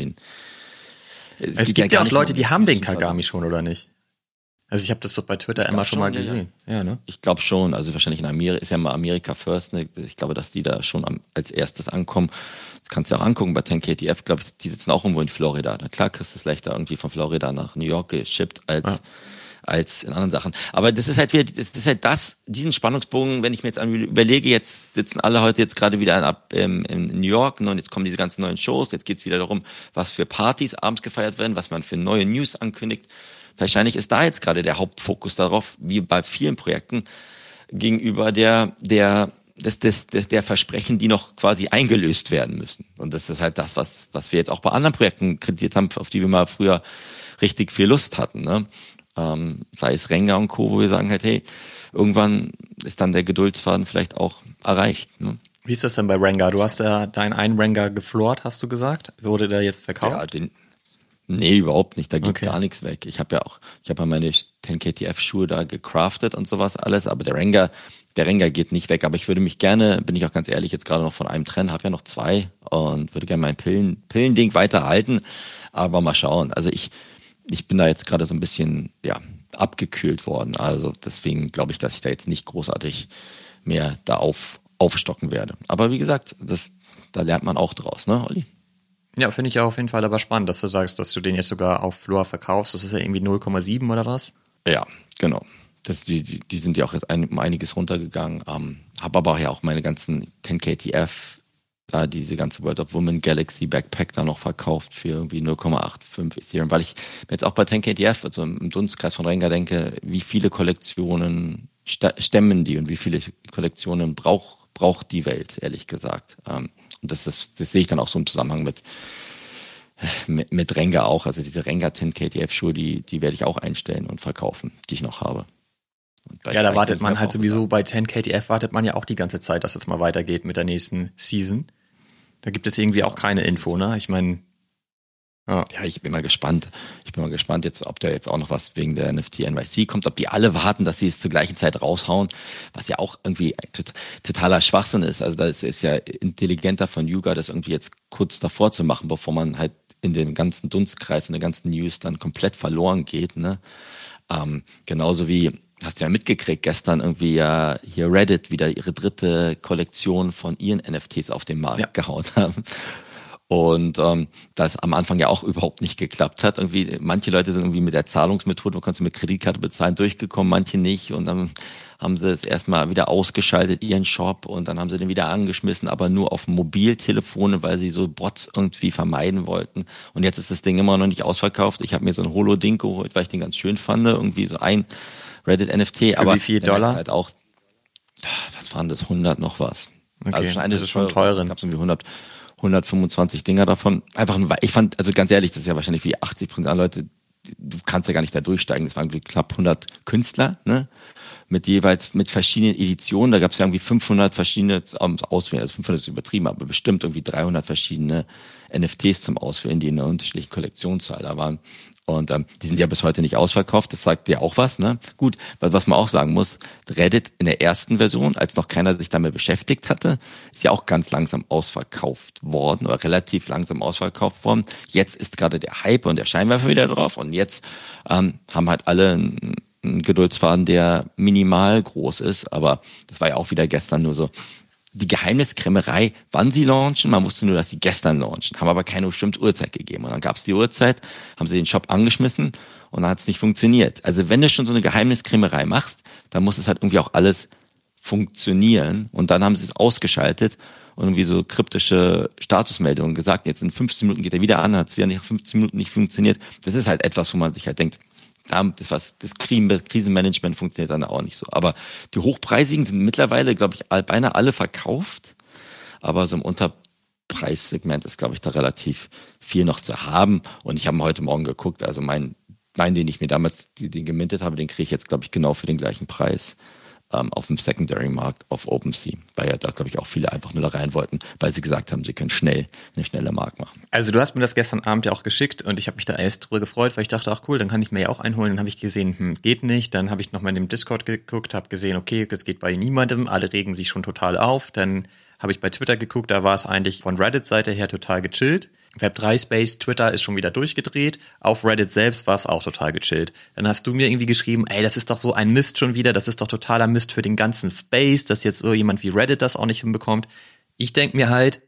es gibt ja auch Leute, die haben den Kagami schon, oder nicht? Also ich habe das doch bei Twitter immer schon mal gesehen. Ja, ne? Ich glaube schon, also wahrscheinlich in Amerika, ist ja mal America First, ne? Ich glaube, dass die da schon als erstes ankommen. Das kannst du auch angucken bei 10KTF, glaube ich, die sitzen auch irgendwo in Florida. Na klar, kriegst du es leichter irgendwie von Florida nach New York geschippt als in anderen Sachen. Aber das ist halt wieder, diesen Spannungsbogen, wenn ich mir jetzt überlege, jetzt sitzen alle heute jetzt gerade wieder in New York, ne, und jetzt kommen diese ganzen neuen Shows, jetzt geht's wieder darum, was für Partys abends gefeiert werden, was man für neue News ankündigt. Wahrscheinlich ist da jetzt gerade der Hauptfokus darauf, wie bei vielen Projekten, gegenüber der Versprechen, die noch quasi eingelöst werden müssen. Und das ist halt das, was wir jetzt auch bei anderen Projekten kritisiert haben, auf die wir mal früher richtig viel Lust hatten, ne? Sei es Renga und Co., wo wir sagen halt, hey, irgendwann ist dann der Geduldsfaden vielleicht auch erreicht. Ne? Wie ist das denn bei Renga? Du hast ja deinen einen Renga gefloort, hast du gesagt? Wurde der jetzt verkauft? Ja, nee, überhaupt nicht. Da geht gar nichts weg. Ich habe ja meine 10KTF-Schuhe da gecraftet und sowas alles, aber der Renga geht nicht weg. Aber ich würde mich gerne, bin ich auch ganz ehrlich, jetzt gerade noch von einem trennen, habe ja noch 2 und würde gerne mein Pillending weiterhalten. Aber mal schauen. Also ich bin da jetzt gerade so ein bisschen, abgekühlt worden. Also deswegen glaube ich, dass ich da jetzt nicht großartig mehr da aufstocken werde. Aber wie gesagt, da lernt man auch draus, ne, Olli? Ja, finde ich ja auf jeden Fall aber spannend, dass du sagst, dass du den jetzt sogar auf Floor verkaufst. Das ist ja irgendwie 0,7 oder was? Ja, genau. Die sind ja auch jetzt um einiges runtergegangen. Habe aber ja auch meine ganzen 10KTF, da diese ganze World of Women Galaxy Backpack da noch verkauft für irgendwie 0,85 Ethereum, weil ich jetzt auch bei 10KTF, also im Dunstkreis von Renga denke, wie viele Kollektionen stemmen die und wie viele Kollektionen braucht die Welt, ehrlich gesagt. Und das sehe ich dann auch so im Zusammenhang mit Renga auch. Also diese Renga 10KTF Schuhe, die werde ich auch einstellen und verkaufen, die ich noch habe. Ja, da wartet man halt sowieso, bei 10KTF wartet man ja auch die ganze Zeit, dass es mal weitergeht mit der nächsten Season. Da gibt es irgendwie auch keine Info, ne? Ich meine, ja, ich bin mal gespannt. Jetzt, ob da jetzt auch noch was wegen der NFT NYC kommt, ob die alle warten, dass sie es zur gleichen Zeit raushauen, was ja auch irgendwie totaler Schwachsinn ist. Also das ist ja intelligenter von Yuga, das irgendwie jetzt kurz davor zu machen, bevor man halt in den ganzen Dunstkreis, in den ganzen News dann komplett verloren geht, ne? Genauso wie, hast du ja mitgekriegt, gestern irgendwie ja hier Reddit wieder ihre 3. Kollektion von ihren NFTs auf den Markt gehauen haben. Und das am Anfang ja auch überhaupt nicht geklappt hat. Irgendwie, manche Leute sind irgendwie mit der Zahlungsmethode, man konnte mit Kreditkarte bezahlen, durchgekommen, manche nicht. Und dann haben sie es erstmal wieder ausgeschaltet, ihren Shop, und dann haben sie den wieder angeschmissen, aber nur auf Mobiltelefone, weil sie so Bots irgendwie vermeiden wollten. Und jetzt ist das Ding immer noch nicht ausverkauft. Ich habe mir so ein Holo-Ding geholt, weil ich den ganz schön fand, irgendwie so ein Reddit-NFT. Für aber wie viel $? Halt auch, was waren das, 100 noch was. Okay, also das ist schon teuren. Gab es irgendwie 125 Dinger davon. Einfach, ich fand, also ganz ehrlich, das ist ja wahrscheinlich wie 80% aller Leute, du kannst ja gar nicht da durchsteigen. Das waren knapp 100 Künstler, ne? Mit jeweils, mit verschiedenen Editionen. Da gab es ja irgendwie 500 verschiedene Auswählen. Also 500 ist übertrieben, aber bestimmt irgendwie 300 verschiedene NFTs zum Auswählen, die in einer unterschiedlichen Kollektionszahl da waren. Und die sind ja bis heute nicht ausverkauft. Das sagt ja auch was, ne? Gut, was man auch sagen muss, Reddit in der ersten Version, als noch keiner sich damit beschäftigt hatte, ist ja auch ganz langsam ausverkauft worden oder relativ langsam ausverkauft worden. Jetzt ist gerade der Hype und der Scheinwerfer wieder drauf, und jetzt haben halt alle einen Geduldsfaden, der minimal groß ist. Aber das war ja auch wieder gestern nur so die Geheimniskrämerei, wann sie launchen. Man wusste nur, dass sie gestern launchen, haben aber keine bestimmte Uhrzeit gegeben. Und dann gab es die Uhrzeit, haben sie den Shop angeschmissen und dann hat es nicht funktioniert. Also wenn du schon so eine Geheimniskrämerei machst, dann muss es halt irgendwie auch alles funktionieren. Und dann haben sie es ausgeschaltet und irgendwie so kryptische Statusmeldungen gesagt, jetzt in 15 Minuten geht er wieder an, hat es wieder nach 15 Minuten nicht funktioniert. Das ist halt etwas, wo man sich halt denkt, das Krisenmanagement funktioniert dann auch nicht so. Aber die hochpreisigen sind mittlerweile, glaube ich, beinahe alle verkauft. Aber so im Unterpreissegment ist, glaube ich, da relativ viel noch zu haben. Und ich habe heute Morgen geguckt, also mein, den ich mir damals den gemintet habe, den kriege ich jetzt, glaube ich, genau für den gleichen Preis auf dem Secondary-Markt auf OpenSea, weil ja da, glaube ich, auch viele einfach nur da rein wollten, weil sie gesagt haben, sie können eine schnelle Mark machen. Also du hast mir das gestern Abend ja auch geschickt und ich habe mich da erst drüber gefreut, weil ich dachte, ach cool, dann kann ich mir ja auch einholen. Dann habe ich gesehen, geht nicht. Dann habe ich nochmal in dem Discord geguckt, habe gesehen, okay, das geht bei niemandem, alle regen sich schon total auf. Dann habe ich bei Twitter geguckt, da war es eigentlich von Reddit-Seite her total gechillt. Web3-Space, Twitter ist schon wieder durchgedreht. Auf Reddit selbst war es auch total gechillt. Dann hast du mir irgendwie geschrieben, ey, das ist doch so ein Mist schon wieder, das ist doch totaler Mist für den ganzen Space, dass jetzt so jemand wie Reddit das auch nicht hinbekommt. Ich denke mir halt,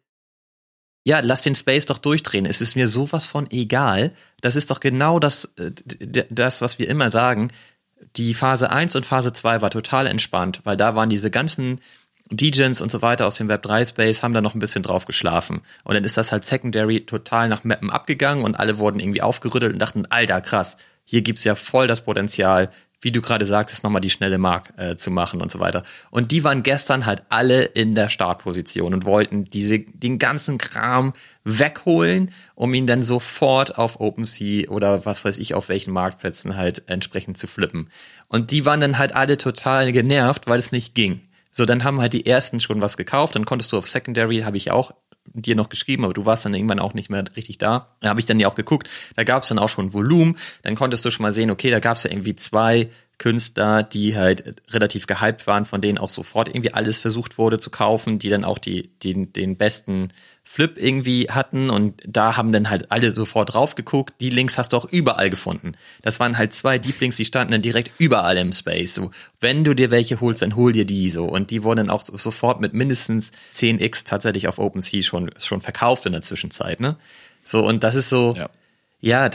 ja, lass den Space doch durchdrehen. Es ist mir sowas von egal. Das ist doch genau das, was wir immer sagen. Die Phase 1 und Phase 2 war total entspannt, weil da waren diese ganzen Degens und so weiter aus dem Web3-Space, haben da noch ein bisschen drauf geschlafen. Und dann ist das halt Secondary total nach Mappen abgegangen und alle wurden irgendwie aufgerüttelt und dachten, Alter, krass, hier gibt's ja voll das Potenzial, wie du gerade sagtest, nochmal die schnelle Mark zu machen und so weiter. Und die waren gestern halt alle in der Startposition und wollten den ganzen Kram wegholen, um ihn dann sofort auf OpenSea oder was weiß ich, auf welchen Marktplätzen halt entsprechend zu flippen. Und die waren dann halt alle total genervt, weil es nicht ging. So, dann haben halt die ersten schon was gekauft, dann konntest du auf Secondary, habe ich auch dir noch geschrieben, aber du warst dann irgendwann auch nicht mehr richtig da. Da habe ich dann ja auch geguckt, da gab es dann auch schon Volumen, dann konntest du schon mal sehen, okay, da gab es ja irgendwie 2 Künstler, die halt relativ gehypt waren, von denen auch sofort irgendwie alles versucht wurde zu kaufen, die dann auch den besten Flip irgendwie hatten, und da haben dann halt alle sofort drauf geguckt. Die Links hast du auch überall gefunden. Das waren halt 2 Deep Links, die standen dann direkt überall im Space. So, wenn du dir welche holst, dann hol dir die so. Und die wurden dann auch sofort mit mindestens 10x tatsächlich auf OpenSea schon verkauft in der Zwischenzeit, ne? So, und das ist so, ja,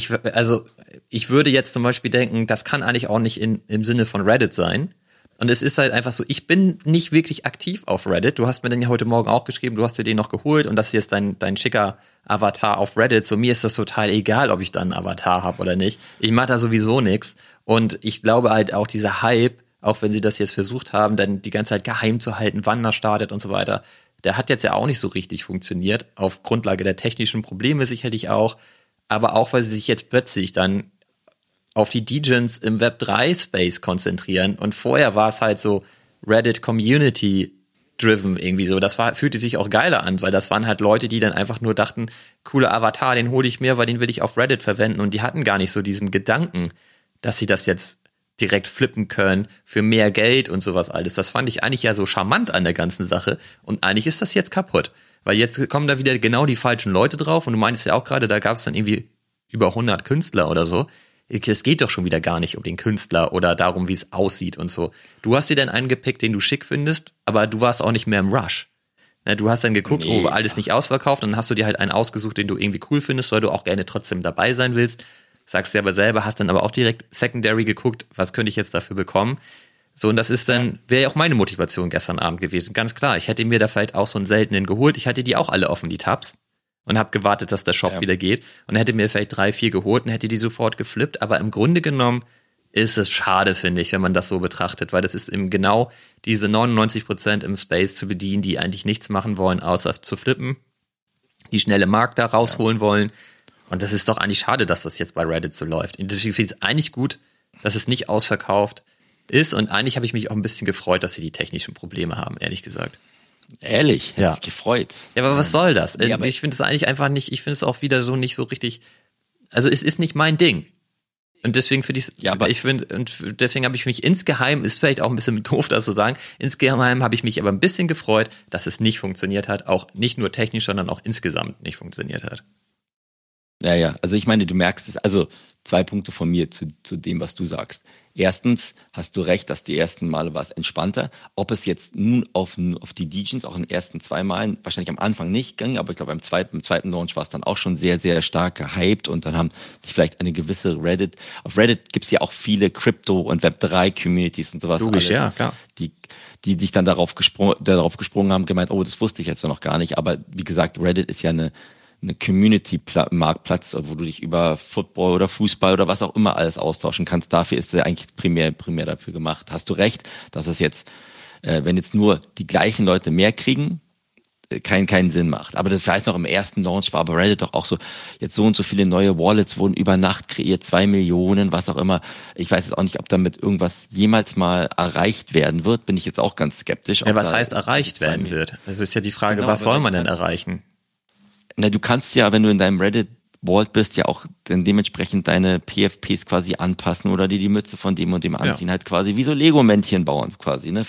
ich würde jetzt zum Beispiel denken, das kann eigentlich auch nicht im Sinne von Reddit sein. Und es ist halt einfach so, ich bin nicht wirklich aktiv auf Reddit. Du hast mir dann ja heute Morgen auch geschrieben, du hast dir den noch geholt und das hier ist dein schicker Avatar auf Reddit. So, mir ist das total egal, ob ich da einen Avatar habe oder nicht. Ich mache da sowieso nichts. Und ich glaube halt auch dieser Hype, auch wenn sie das jetzt versucht haben, dann die ganze Zeit geheim zu halten, wann er startet und so weiter, der hat jetzt ja auch nicht so richtig funktioniert. Auf Grundlage der technischen Probleme sicherlich auch. Aber auch, weil sie sich jetzt plötzlich dann auf die Degens im Web3-Space konzentrieren. Und vorher war es halt so Reddit Community-driven irgendwie so. Das fühlte sich auch geiler an, weil das waren halt Leute, die dann einfach nur dachten, cooler Avatar, den hole ich mir, weil den will ich auf Reddit verwenden. Und die hatten gar nicht so diesen Gedanken, dass sie das jetzt direkt flippen können für mehr Geld und sowas alles. Das fand ich eigentlich ja so charmant an der ganzen Sache. Und eigentlich ist das jetzt kaputt. Weil jetzt kommen da wieder genau die falschen Leute drauf. Und du meintest ja auch gerade, da gab es dann irgendwie über 100 Künstler oder so. Es geht doch schon wieder gar nicht um den Künstler oder darum, wie es aussieht und so. Du hast dir dann einen gepickt, den du schick findest, aber du warst auch nicht mehr im Rush. Du hast dann geguckt, alles nicht ausverkauft, und dann hast du dir halt einen ausgesucht, den du irgendwie cool findest, weil du auch gerne trotzdem dabei sein willst. Sagst dir aber selber, hast dann aber auch direkt Secondary geguckt, was könnte ich jetzt dafür bekommen? So, und das ist dann, wäre ja auch meine Motivation gestern Abend gewesen, ganz klar. Ich hätte mir da vielleicht auch so einen seltenen geholt. Ich hatte die auch alle offen, die Tabs, und habe gewartet, dass der Shop wieder geht, und hätte mir vielleicht 3, 4 geholt und hätte die sofort geflippt. Aber im Grunde genommen ist es schade, finde ich, wenn man das so betrachtet, weil das ist eben genau diese 99% im Space zu bedienen, die eigentlich nichts machen wollen, außer zu flippen, die schnelle Markt da rausholen wollen. Und das ist doch eigentlich schade, dass das jetzt bei Reddit so läuft. Deswegen finde ich es eigentlich gut, dass es nicht ausverkauft ist. Und eigentlich habe ich mich auch ein bisschen gefreut, dass sie die technischen Probleme haben, ehrlich gesagt. Ehrlich? Ja. Gefreut. Ja, aber was soll das? Ja, ich finde es eigentlich einfach nicht, ich finde es auch wieder so nicht so richtig, also es ist nicht mein Ding. Und deswegen finde ich es, und deswegen habe ich mich insgeheim, ist vielleicht auch ein bisschen doof, das zu sagen, insgeheim habe ich mich aber ein bisschen gefreut, dass es nicht funktioniert hat, auch nicht nur technisch, sondern auch insgesamt nicht funktioniert hat. Ja, also ich meine, du merkst es, also 2 Punkte von mir zu dem, was du sagst. Erstens hast du recht, dass die ersten Male war es entspannter. Ob es jetzt nun auf die Degens auch in den ersten 2 Malen, wahrscheinlich am Anfang nicht ging, aber ich glaube, im zweiten Launch war es dann auch schon sehr, sehr stark gehypt, und dann haben sich vielleicht eine gewisse auf Reddit gibt es ja auch viele Crypto- und Web3-Communities und sowas. Logisch, alles, ja, klar. Die sich dann darauf gesprungen haben, gemeint, oh, das wusste ich jetzt noch gar nicht. Aber wie gesagt, Reddit ist ja eine Community-Marktplatz, wo du dich über Football oder Fußball oder was auch immer alles austauschen kannst. Dafür ist er eigentlich primär dafür gemacht. Hast du recht, dass es jetzt, wenn jetzt nur die gleichen Leute mehr kriegen, keinen Sinn macht. Aber das heißt noch, im ersten Launch war bei Reddit doch auch so, jetzt so und so viele neue Wallets wurden über Nacht kreiert, 2 Millionen, was auch immer. Ich weiß jetzt auch nicht, ob damit irgendwas jemals mal erreicht werden wird. Bin ich jetzt auch ganz skeptisch. Ja, was heißt erreicht werden wird? Das ist ja die Frage, genau, was soll man denn erreichen? Na, du kannst ja, wenn du in deinem Reddit-Vault bist, ja auch dann dementsprechend deine PFPs quasi anpassen oder dir die Mütze von dem und dem anziehen, halt quasi wie so Lego-Männchen bauen quasi, ne,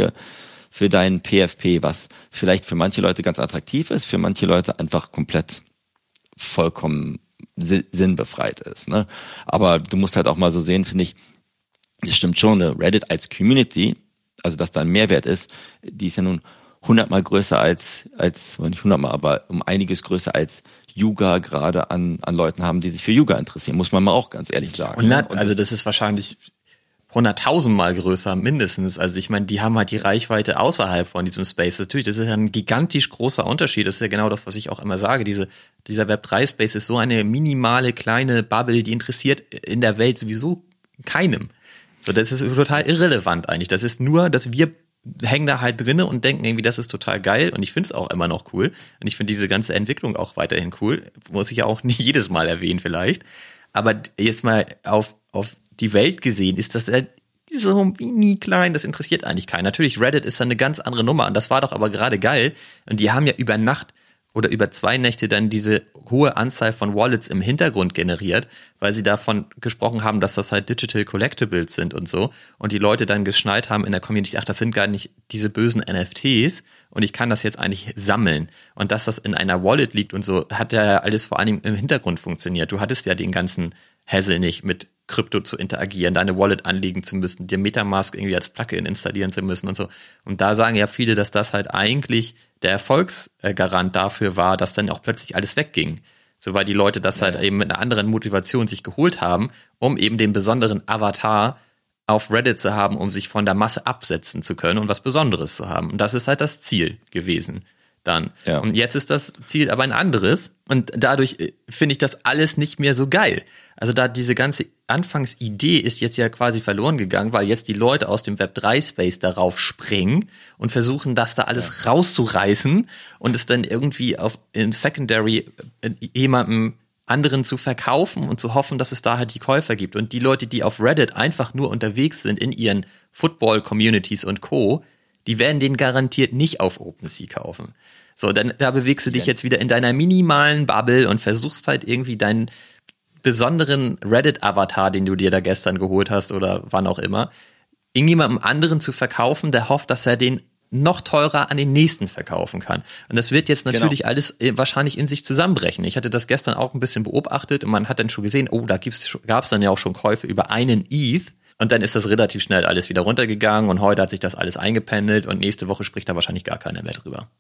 für deinen PFP, was vielleicht für manche Leute ganz attraktiv ist, für manche Leute einfach komplett vollkommen sinnbefreit ist, ne. Aber du musst halt auch mal so sehen, finde ich, das stimmt schon, ne, Reddit als Community, also dass da ein Mehrwert ist, die ist ja nun 100-mal größer als nicht 100-mal, aber um einiges größer als Yuga gerade an Leuten haben, die sich für Yuga interessieren, muss man mal auch ganz ehrlich sagen. Also das ist wahrscheinlich 100.000-mal größer mindestens. Also ich meine, die haben halt die Reichweite außerhalb von diesem Space. Natürlich, das ist ja ein gigantisch großer Unterschied. Das ist ja genau das, was ich auch immer sage. Dieser Web3-Space ist so eine minimale, kleine Bubble, die interessiert in der Welt sowieso keinem. So, das ist total irrelevant eigentlich. Das ist nur, dass wir hängen da halt drinne und denken irgendwie, das ist total geil, und ich finde es auch immer noch cool, und ich finde diese ganze Entwicklung auch weiterhin cool, muss ich ja auch nicht jedes Mal erwähnen vielleicht, aber jetzt mal auf die Welt gesehen, ist das so mini klein, das interessiert eigentlich keinen. Natürlich, Reddit ist dann eine ganz andere Nummer, und das war doch aber gerade geil, und die haben ja über Nacht oder über 2 Nächte dann diese hohe Anzahl von Wallets im Hintergrund generiert, weil sie davon gesprochen haben, dass das halt Digital Collectibles sind und so. Und die Leute dann geschnallt haben in der Community, ach, das sind gar nicht diese bösen NFTs, und ich kann das jetzt eigentlich sammeln. Und dass das in einer Wallet liegt und so, hat ja alles vor allem im Hintergrund funktioniert. Du hattest ja den ganzen Hassel nicht, mit Krypto zu interagieren, deine Wallet anlegen zu müssen, dir Metamask irgendwie als Plugin installieren zu müssen und so. Und da sagen ja viele, dass das halt eigentlich der Erfolgsgarant dafür war, dass dann auch plötzlich alles wegging. So, weil die Leute das halt eben mit einer anderen Motivation sich geholt haben, um eben den besonderen Avatar auf Reddit zu haben, um sich von der Masse absetzen zu können und was Besonderes zu haben. Und das ist halt das Ziel gewesen dann. Ja. Und jetzt ist das Ziel aber ein anderes, und dadurch finde ich das alles nicht mehr so geil. Also da diese ganze Anfangsidee ist jetzt ja quasi verloren gegangen, weil jetzt die Leute aus dem Web3-Space darauf springen und versuchen, das da alles rauszureißen und es dann irgendwie in Secondary jemandem anderen zu verkaufen und zu hoffen, dass es da halt die Käufer gibt. Und die Leute, die auf Reddit einfach nur unterwegs sind in ihren Football-Communities und Co., die werden den garantiert nicht auf OpenSea kaufen. So, dann da bewegst du dich jetzt wieder in deiner minimalen Bubble und versuchst halt irgendwie deinen besonderen Reddit-Avatar, den du dir da gestern geholt hast oder wann auch immer, irgendjemandem anderen zu verkaufen, der hofft, dass er den noch teurer an den nächsten verkaufen kann. Und das wird jetzt natürlich alles wahrscheinlich in sich zusammenbrechen. Ich hatte das gestern auch ein bisschen beobachtet, und man hat dann schon gesehen, oh, da gab's dann ja auch schon Käufe über einen ETH. Und dann ist das relativ schnell alles wieder runtergegangen, und heute hat sich das alles eingependelt, und nächste Woche spricht da wahrscheinlich gar keiner mehr drüber.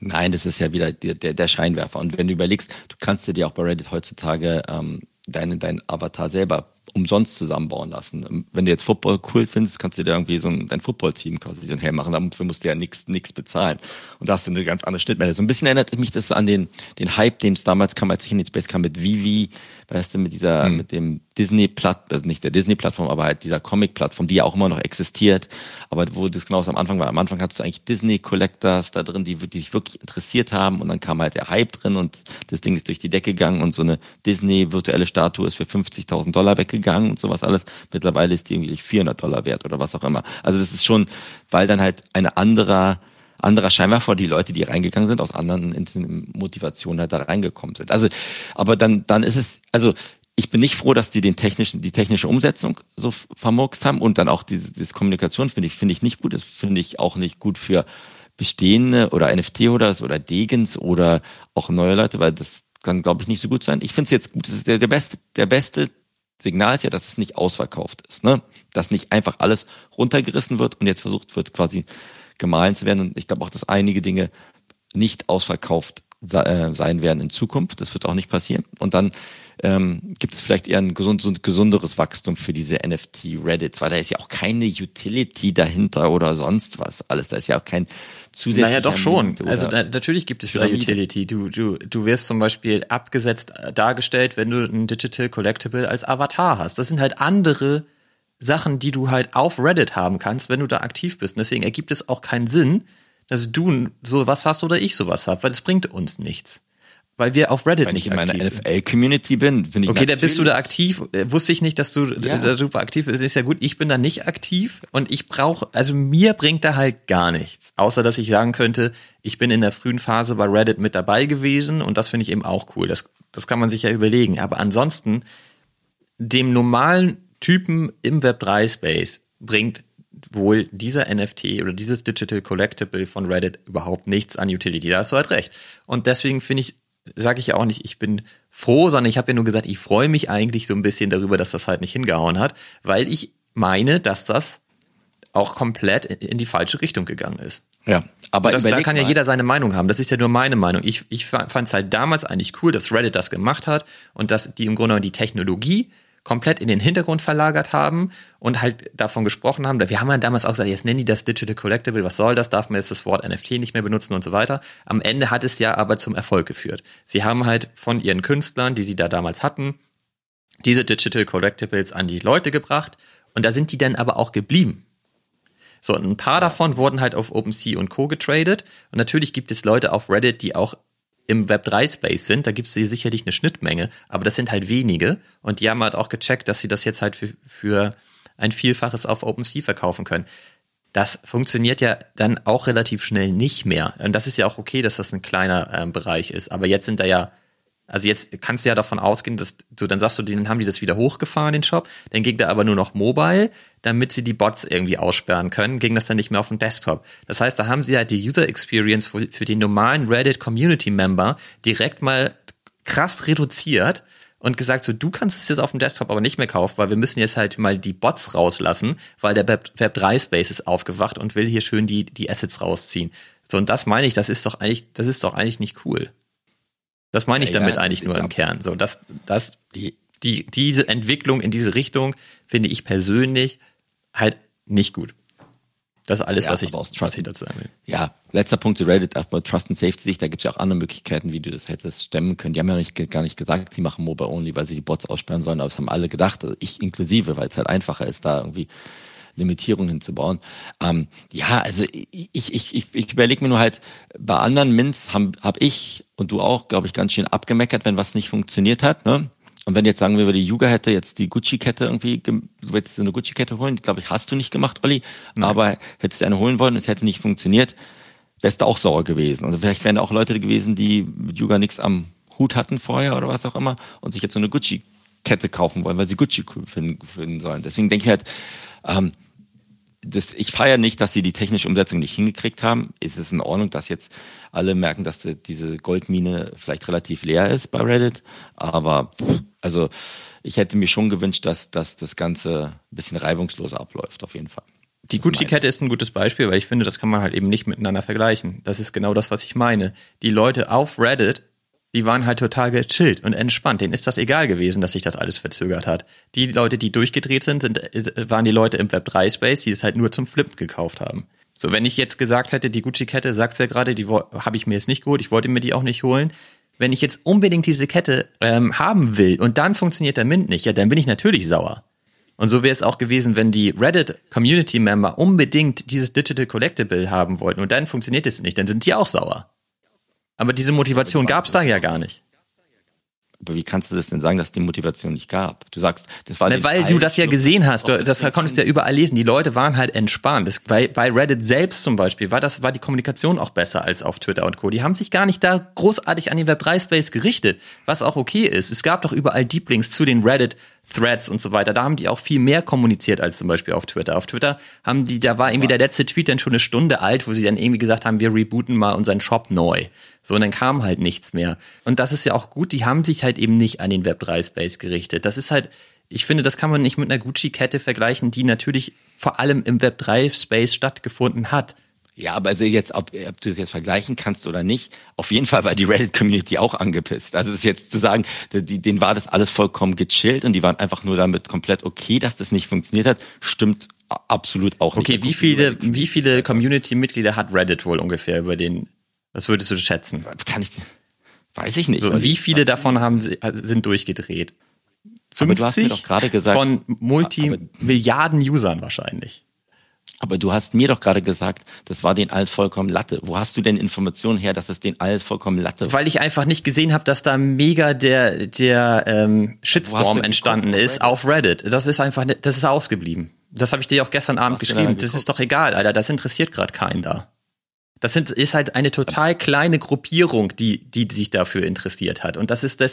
Nein, das ist ja wieder der Scheinwerfer. Und wenn du überlegst, du kannst dir auch bei Reddit heutzutage deinen Avatar selber umsonst zusammenbauen lassen. Wenn du jetzt Football cool findest, kannst du dir irgendwie dein Football-Team quasi so hermachen. Dafür musst du ja nichts bezahlen. Und da hast du eine ganz andere Schnittmenge. So ein bisschen erinnert mich das so an den Hype, den es damals kam, als ich in den Space kam mit Vivi, weißt du, mit dem Disney-Plattform, also nicht der Disney-Plattform, aber halt dieser Comic-Plattform, die ja auch immer noch existiert, aber wo das genau am Anfang war. Am Anfang hattest du eigentlich Disney-Collectors da drin, die dich wirklich interessiert haben, und dann kam halt der Hype drin und das Ding ist durch die Decke gegangen und so eine Disney-virtuelle Statue ist für $50.000 weggegangen und sowas alles. Mittlerweile ist die irgendwie $400 wert oder was auch immer. Also das ist schon, weil dann halt eine anderer Scheinwerfer, die Leute, die reingegangen sind, aus anderen Motivationen halt da reingekommen sind. Also, aber dann ist es, also ich bin nicht froh, dass die die technische Umsetzung so vermurkst haben, und dann auch diese Kommunikation finde ich nicht gut. Das finde ich auch nicht gut für bestehende oder NFT-Holders oder Degens oder auch neue Leute, weil das kann, glaube ich, nicht so gut sein. Ich finde es jetzt gut. Das ist der beste Signal ist ja, dass es nicht ausverkauft ist, ne? Dass nicht einfach alles runtergerissen wird und jetzt versucht wird, quasi gemahlen zu werden. Und ich glaube auch, dass einige Dinge nicht ausverkauft sein werden in Zukunft. Das wird auch nicht passieren. Und dann gibt es vielleicht eher ein gesunderes Wachstum für diese NFT-Reddits, weil da ist ja auch keine Utility dahinter oder sonst was alles. Da ist ja auch kein zusätzlicher... Naja, doch schon. Also natürlich gibt es da Utility. Du wirst zum Beispiel abgesetzt dargestellt, wenn du ein Digital Collectible als Avatar hast. Das sind halt andere Sachen, die du halt auf Reddit haben kannst, wenn du da aktiv bist. Und deswegen ergibt es auch keinen Sinn, dass du sowas hast oder ich sowas habe, weil das bringt uns nichts. Weil wir auf Reddit nicht aktiv sind. Wenn ich in meiner NFL-Community bin, finde ich. Okay, da bist du da aktiv. Wusste ich nicht, dass du da super aktiv bist. Ist ja gut. Ich bin da nicht aktiv und mir bringt da halt gar nichts. Außer, dass ich sagen könnte, ich bin in der frühen Phase bei Reddit mit dabei gewesen und das finde ich eben auch cool. Das kann man sich ja überlegen. Aber ansonsten, dem normalen Typen im Web3-Space bringt wohl dieser NFT oder dieses Digital Collectible von Reddit überhaupt nichts an Utility. Da hast du halt recht. Und deswegen sage ich ja auch nicht, ich bin froh, sondern ich habe ja nur gesagt, ich freue mich eigentlich so ein bisschen darüber, dass das halt nicht hingehauen hat, weil ich meine, dass das auch komplett in die falsche Richtung gegangen ist. Ja, aber da kann ja jeder seine Meinung haben. Das ist ja nur meine Meinung. Ich fand es halt damals eigentlich cool, dass Reddit das gemacht hat und dass die im Grunde genommen die Technologie komplett in den Hintergrund verlagert haben und halt davon gesprochen haben. Wir haben ja damals auch gesagt, jetzt nennen die das Digital Collectible, was soll das? Darf man jetzt das Wort NFT nicht mehr benutzen und so weiter. Am Ende hat es ja aber zum Erfolg geführt. Sie haben halt von ihren Künstlern, die sie da damals hatten, diese Digital Collectibles an die Leute gebracht und da sind die dann aber auch geblieben. So, ein paar davon wurden halt auf OpenSea und Co. getradet und natürlich gibt es Leute auf Reddit, die auch im Web3-Space sind, da gibt es sicherlich eine Schnittmenge, aber das sind halt wenige und die haben halt auch gecheckt, dass sie das jetzt halt für ein Vielfaches auf OpenSea verkaufen können. Das funktioniert ja dann auch relativ schnell nicht mehr. Und das ist ja auch okay, dass das ein kleiner Bereich ist, aber jetzt sind da ja, also jetzt kannst du ja davon ausgehen, dass du, dann sagst du, denen haben die das wieder hochgefahren, den Shop, dann ging da aber nur noch Mobile, damit sie die Bots irgendwie aussperren können, ging das dann nicht mehr auf den Desktop. Das heißt, da haben sie halt die User Experience für den normalen Reddit Community Member direkt mal krass reduziert und gesagt, so, du kannst es jetzt auf dem Desktop aber nicht mehr kaufen, weil wir müssen jetzt halt mal die Bots rauslassen, weil der Web3 Space ist aufgewacht und will hier schön die Assets rausziehen. So, und das meine ich, das ist doch eigentlich nicht cool. Das meine ich damit eigentlich nur im Kern. So, diese Entwicklung in diese Richtung finde ich persönlich halt nicht gut. Das ist alles, was ich dazu sagen will. Ja, letzter Punkt zu Reddit, aber Trust and Safety Sicht, da gibt es ja auch andere Möglichkeiten, wie du das hättest stemmen können. Die haben ja gar nicht gesagt, sie machen Mobile Only, weil sie die Bots aussperren sollen, aber es haben alle gedacht, also ich inklusive, weil es halt einfacher ist, da irgendwie Limitierungen hinzubauen. Also ich überlege mir nur halt, bei anderen Mints hab ich und du auch, glaube ich, ganz schön abgemeckert, wenn was nicht funktioniert hat, ne? Und wenn jetzt sagen wir, die Yuga hätte jetzt die Gucci-Kette irgendwie, du willst eine Gucci-Kette holen, glaube ich, hast du nicht gemacht, Olli, aber hättest du eine holen wollen und es hätte nicht funktioniert, wärst du auch sauer gewesen. Also vielleicht wären da auch Leute gewesen, die mit Yuga nichts am Hut hatten vorher oder was auch immer und sich jetzt so eine Gucci-Kette kaufen wollen, weil sie Gucci cool finden sollen. Deswegen denke ich halt, ich feiere nicht, dass sie die technische Umsetzung nicht hingekriegt haben. Es ist in Ordnung, dass jetzt alle merken, dass diese Goldmine vielleicht relativ leer ist bei Reddit. Aber also ich hätte mir schon gewünscht, dass das Ganze ein bisschen reibungsloser abläuft, auf jeden Fall. Die Gucci-Kette ist ein gutes Beispiel, weil ich finde, das kann man halt eben nicht miteinander vergleichen. Das ist genau das, was ich meine. Die Leute auf Reddit, die waren halt total gechillt und entspannt. Denen ist das egal gewesen, dass sich das alles verzögert hat. Die Leute, die durchgedreht sind, waren die Leute im Web3-Space, die es halt nur zum Flippen gekauft haben. So, wenn ich jetzt gesagt hätte, die Gucci-Kette, sagst du ja gerade, die habe ich mir jetzt nicht geholt, ich wollte mir die auch nicht holen. Wenn ich jetzt unbedingt diese Kette haben will und dann funktioniert der Mint nicht, ja, dann bin ich natürlich sauer. Und so wäre es auch gewesen, wenn die Reddit-Community-Member unbedingt dieses Digital Collectible haben wollten und dann funktioniert es nicht, dann sind die auch sauer. Aber diese Motivation gab es da ja gar nicht. Aber wie kannst du das denn sagen, dass es die Motivation nicht gab? Du sagst, das war weil du das ja gesehen hast, das konntest du ja überall lesen. Die Leute waren halt entspannt. Bei Reddit selbst zum Beispiel war die Kommunikation auch besser als auf Twitter und Co. Die haben sich gar nicht da großartig an den Web3-Space gerichtet, was auch okay ist. Es gab doch überall Deep Links zu den Reddit-Threads und so weiter. Da haben die auch viel mehr kommuniziert als zum Beispiel auf Twitter. Auf Twitter da war irgendwie der letzte Tweet dann schon eine Stunde alt, wo sie dann irgendwie gesagt haben, wir rebooten mal unseren Shop neu. So, und dann kam halt nichts mehr. Und das ist ja auch gut, die haben sich halt eben nicht an den Web3-Space gerichtet. Das ist halt, ich finde, das kann man nicht mit einer Gucci-Kette vergleichen, die natürlich vor allem im Web3-Space stattgefunden hat. Ja, aber also jetzt, ob du das jetzt vergleichen kannst oder nicht, auf jeden Fall war die Reddit-Community auch angepisst. Also es ist jetzt zu sagen, denen war das alles vollkommen gechillt und die waren einfach nur damit komplett okay, dass das nicht funktioniert hat, stimmt absolut auch nicht. Okay, wie viele Community-Mitglieder hat Reddit wohl ungefähr über den? Was würdest du schätzen? Weiß ich nicht. So, und wie viele davon sind durchgedreht? 50 du hast mir doch gerade gesagt, von Multimilliarden Usern wahrscheinlich. Aber du hast mir doch gerade gesagt, das war denen alles vollkommen Latte. Wo hast du denn Informationen her, dass es denen alles vollkommen Latte war? Weil ich einfach nicht gesehen habe, dass da mega der Shitstorm entstanden ist auf Reddit. Das ist ausgeblieben. Das habe ich dir auch gestern Abend geschrieben. Das ist doch egal, Alter. Das interessiert gerade keinen da. Das ist halt eine total kleine Gruppierung, die sich dafür interessiert hat. Und das ist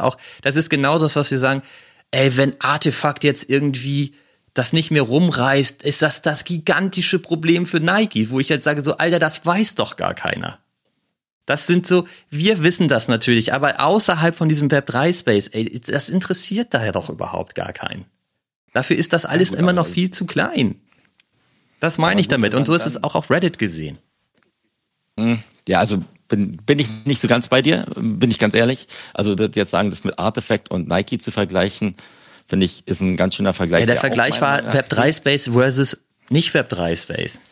genau das, was wir sagen, ey, wenn Artefakt jetzt irgendwie das nicht mehr rumreißt, ist das gigantische Problem für Nike, wo ich halt sage so, Alter, das weiß doch gar keiner. Das sind so, wir wissen das natürlich, aber außerhalb von diesem Web3-Space, ey, das interessiert da ja doch überhaupt gar keinen. Dafür ist das alles immer noch viel zu klein. Das meine ich damit. Und so ist es auch auf Reddit gesehen. Ja, also bin ich nicht so ganz bei dir, bin ich ganz ehrlich. Also jetzt sagen, das mit Artifact und Nike zu vergleichen, finde ich, ist ein ganz schöner Vergleich. Ja, der Vergleich war Web3-Space versus nicht Web3-Space.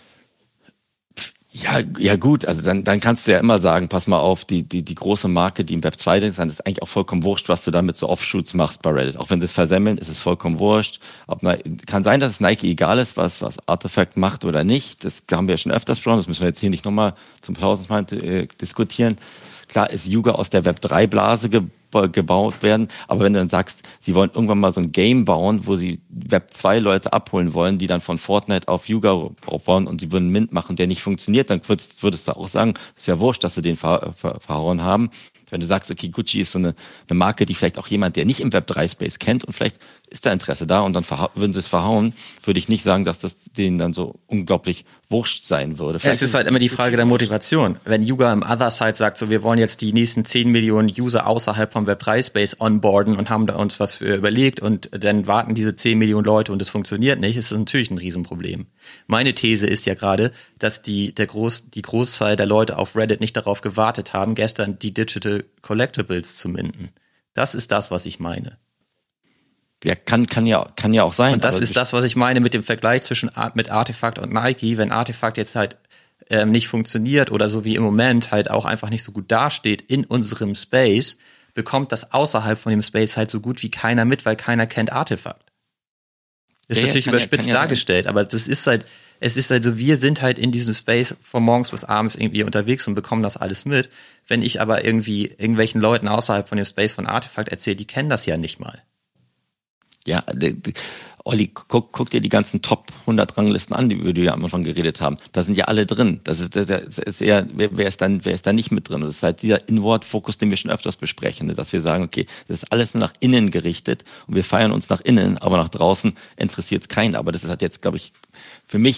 Ja gut, also dann kannst du ja immer sagen, pass mal auf, die große Marke, die im Web 2 ist, dann ist eigentlich auch vollkommen wurscht, was du damit so Offshoots machst bei Reddit. Auch wenn sie es versemmeln, ist es vollkommen wurscht. Kann sein, dass es Nike egal ist, was Artifact macht oder nicht. Das haben wir ja schon öfters besprochen, das müssen wir jetzt hier nicht nochmal zum 1000-mal diskutieren. Klar ist Yuga aus der Web 3 Blase gebaut werden, aber wenn du dann sagst, sie wollen irgendwann mal so ein Game bauen, wo sie Web 2 Leute abholen wollen, die dann von Fortnite auf Yuga aufbauen und sie würden Mint machen, der nicht funktioniert, dann würdest du auch sagen, ist ja wurscht, dass sie den verhauen haben. Wenn du sagst, okay, Gucci ist so eine Marke, die vielleicht auch jemand, der nicht im Web 3 Space kennt und vielleicht ist da Interesse da und dann würden sie es verhauen, würde ich nicht sagen, dass das denen dann so unglaublich wurscht sein würde. Es ist halt immer die Frage der Motivation. Wenn Yuga im Other Side sagt, so wir wollen jetzt die nächsten 10 Millionen User außerhalb vom Web 3 Space onboarden und haben da uns was für überlegt und dann warten diese 10 Millionen Leute und es funktioniert nicht, ist das natürlich ein Riesenproblem. Meine These ist ja gerade, dass die Großzahl der Leute auf Reddit nicht darauf gewartet haben, gestern die Digital Collectibles zu minden. Das ist das, was ich meine. Ja, kann ja auch sein. Und das ist das, was ich meine mit dem Vergleich mit Artefakt und Nike. Wenn Artefakt jetzt halt nicht funktioniert oder so wie im Moment halt auch einfach nicht so gut dasteht in unserem Space, bekommt das außerhalb von dem Space halt so gut wie keiner mit, weil keiner kennt Artefakt. Ist natürlich überspitzt dargestellt, aber es ist halt so, wir sind halt in diesem Space von morgens bis abends irgendwie unterwegs und bekommen das alles mit. Wenn ich aber irgendwie irgendwelchen Leuten außerhalb von dem Space von Artefakt erzähle, die kennen das ja nicht mal. Ja, Olli, guck dir die ganzen Top 100 Ranglisten an, über die wir am Anfang geredet haben. Da sind ja alle drin. Das ist eher, wer ist da nicht mit drin? Das ist halt dieser Inward-Fokus, den wir schon öfters besprechen, dass wir sagen, okay, das ist alles nur nach innen gerichtet und wir feiern uns nach innen, aber nach draußen interessiert es keinen. Aber das ist halt jetzt, glaube ich, für mich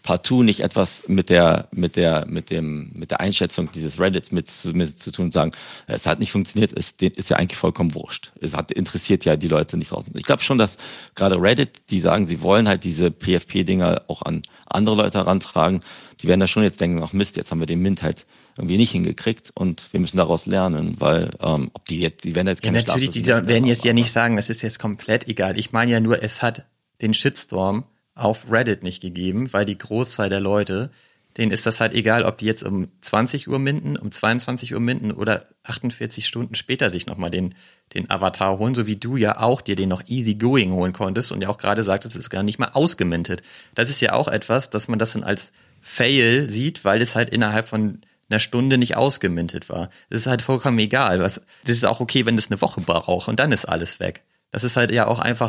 partout nicht etwas mit der Einschätzung dieses Reddits mit zu tun und sagen, es hat nicht funktioniert, ist ja eigentlich vollkommen wurscht. Interessiert ja die Leute nicht draußen. Ich glaube schon, dass gerade Reddit, die sagen, sie wollen halt diese PFP-Dinger auch an andere Leute herantragen, die werden da schon jetzt denken, ach Mist, jetzt haben wir den Mint halt irgendwie nicht hingekriegt und wir müssen daraus lernen, weil die werden jetzt keine natürlich, die werden jetzt ja nicht sagen, das ist jetzt komplett egal. Ich meine ja nur, es hat den Shitstorm auf Reddit nicht gegeben, weil die Großzahl der Leute, denen ist das halt egal, ob die jetzt um 20 Uhr minden, um 22 Uhr minden oder 48 Stunden später sich nochmal den Avatar holen, so wie du ja auch dir den noch easy going holen konntest und ja auch gerade sagtest, es ist gar nicht mal ausgemintet. Das ist ja auch etwas, dass man das dann als Fail sieht, weil es halt innerhalb von einer Stunde nicht ausgemintet war. Das ist halt vollkommen egal. Das ist auch okay, wenn das eine Woche braucht und dann ist alles weg. Das ist halt ja auch einfach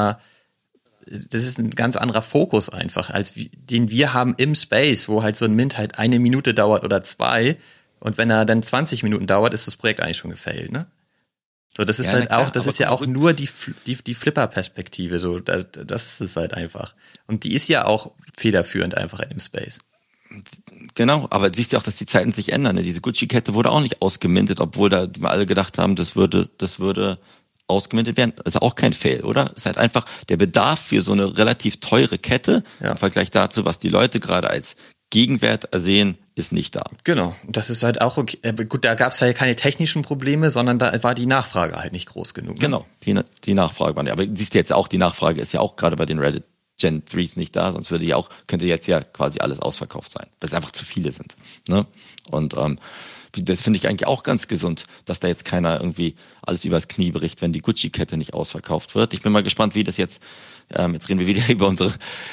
das ist ein ganz anderer Fokus einfach, den wir haben im Space, wo halt so ein Mint halt 1 Minute dauert oder 2 und wenn er dann 20 Minuten dauert, ist das Projekt eigentlich schon gefailt, ne? So, das ist ja, halt klar, auch, das ist ja auch nur die Flipper-Perspektive, so, das ist es halt einfach. Und die ist ja auch federführend einfach in dem Space. Genau, aber siehst du auch, dass die Zeiten sich ändern, ne? Diese Gucci-Kette wurde auch nicht ausgemintet, obwohl da alle gedacht haben, das würde ausgemintet werden. Das ist auch kein Fail, oder? Es ist halt einfach der Bedarf für so eine relativ teure Kette im Vergleich dazu, was die Leute gerade als Gegenwert ersehen, ist nicht da. Genau, das ist halt auch okay. Gut, da gab es ja keine technischen Probleme, sondern da war die Nachfrage halt nicht groß genug. Ne? Genau, die Nachfrage war nicht. Aber siehst du jetzt auch, die Nachfrage ist ja auch gerade bei den Reddit Gen 3s nicht da, sonst könnte jetzt ja quasi alles ausverkauft sein, weil es einfach zu viele sind. Ne? Und das finde ich eigentlich auch ganz gesund, dass da jetzt keiner irgendwie alles übers Knie bricht, wenn die Gucci-Kette nicht ausverkauft wird. Ich bin mal gespannt, wie das jetzt reden wir wieder über unsere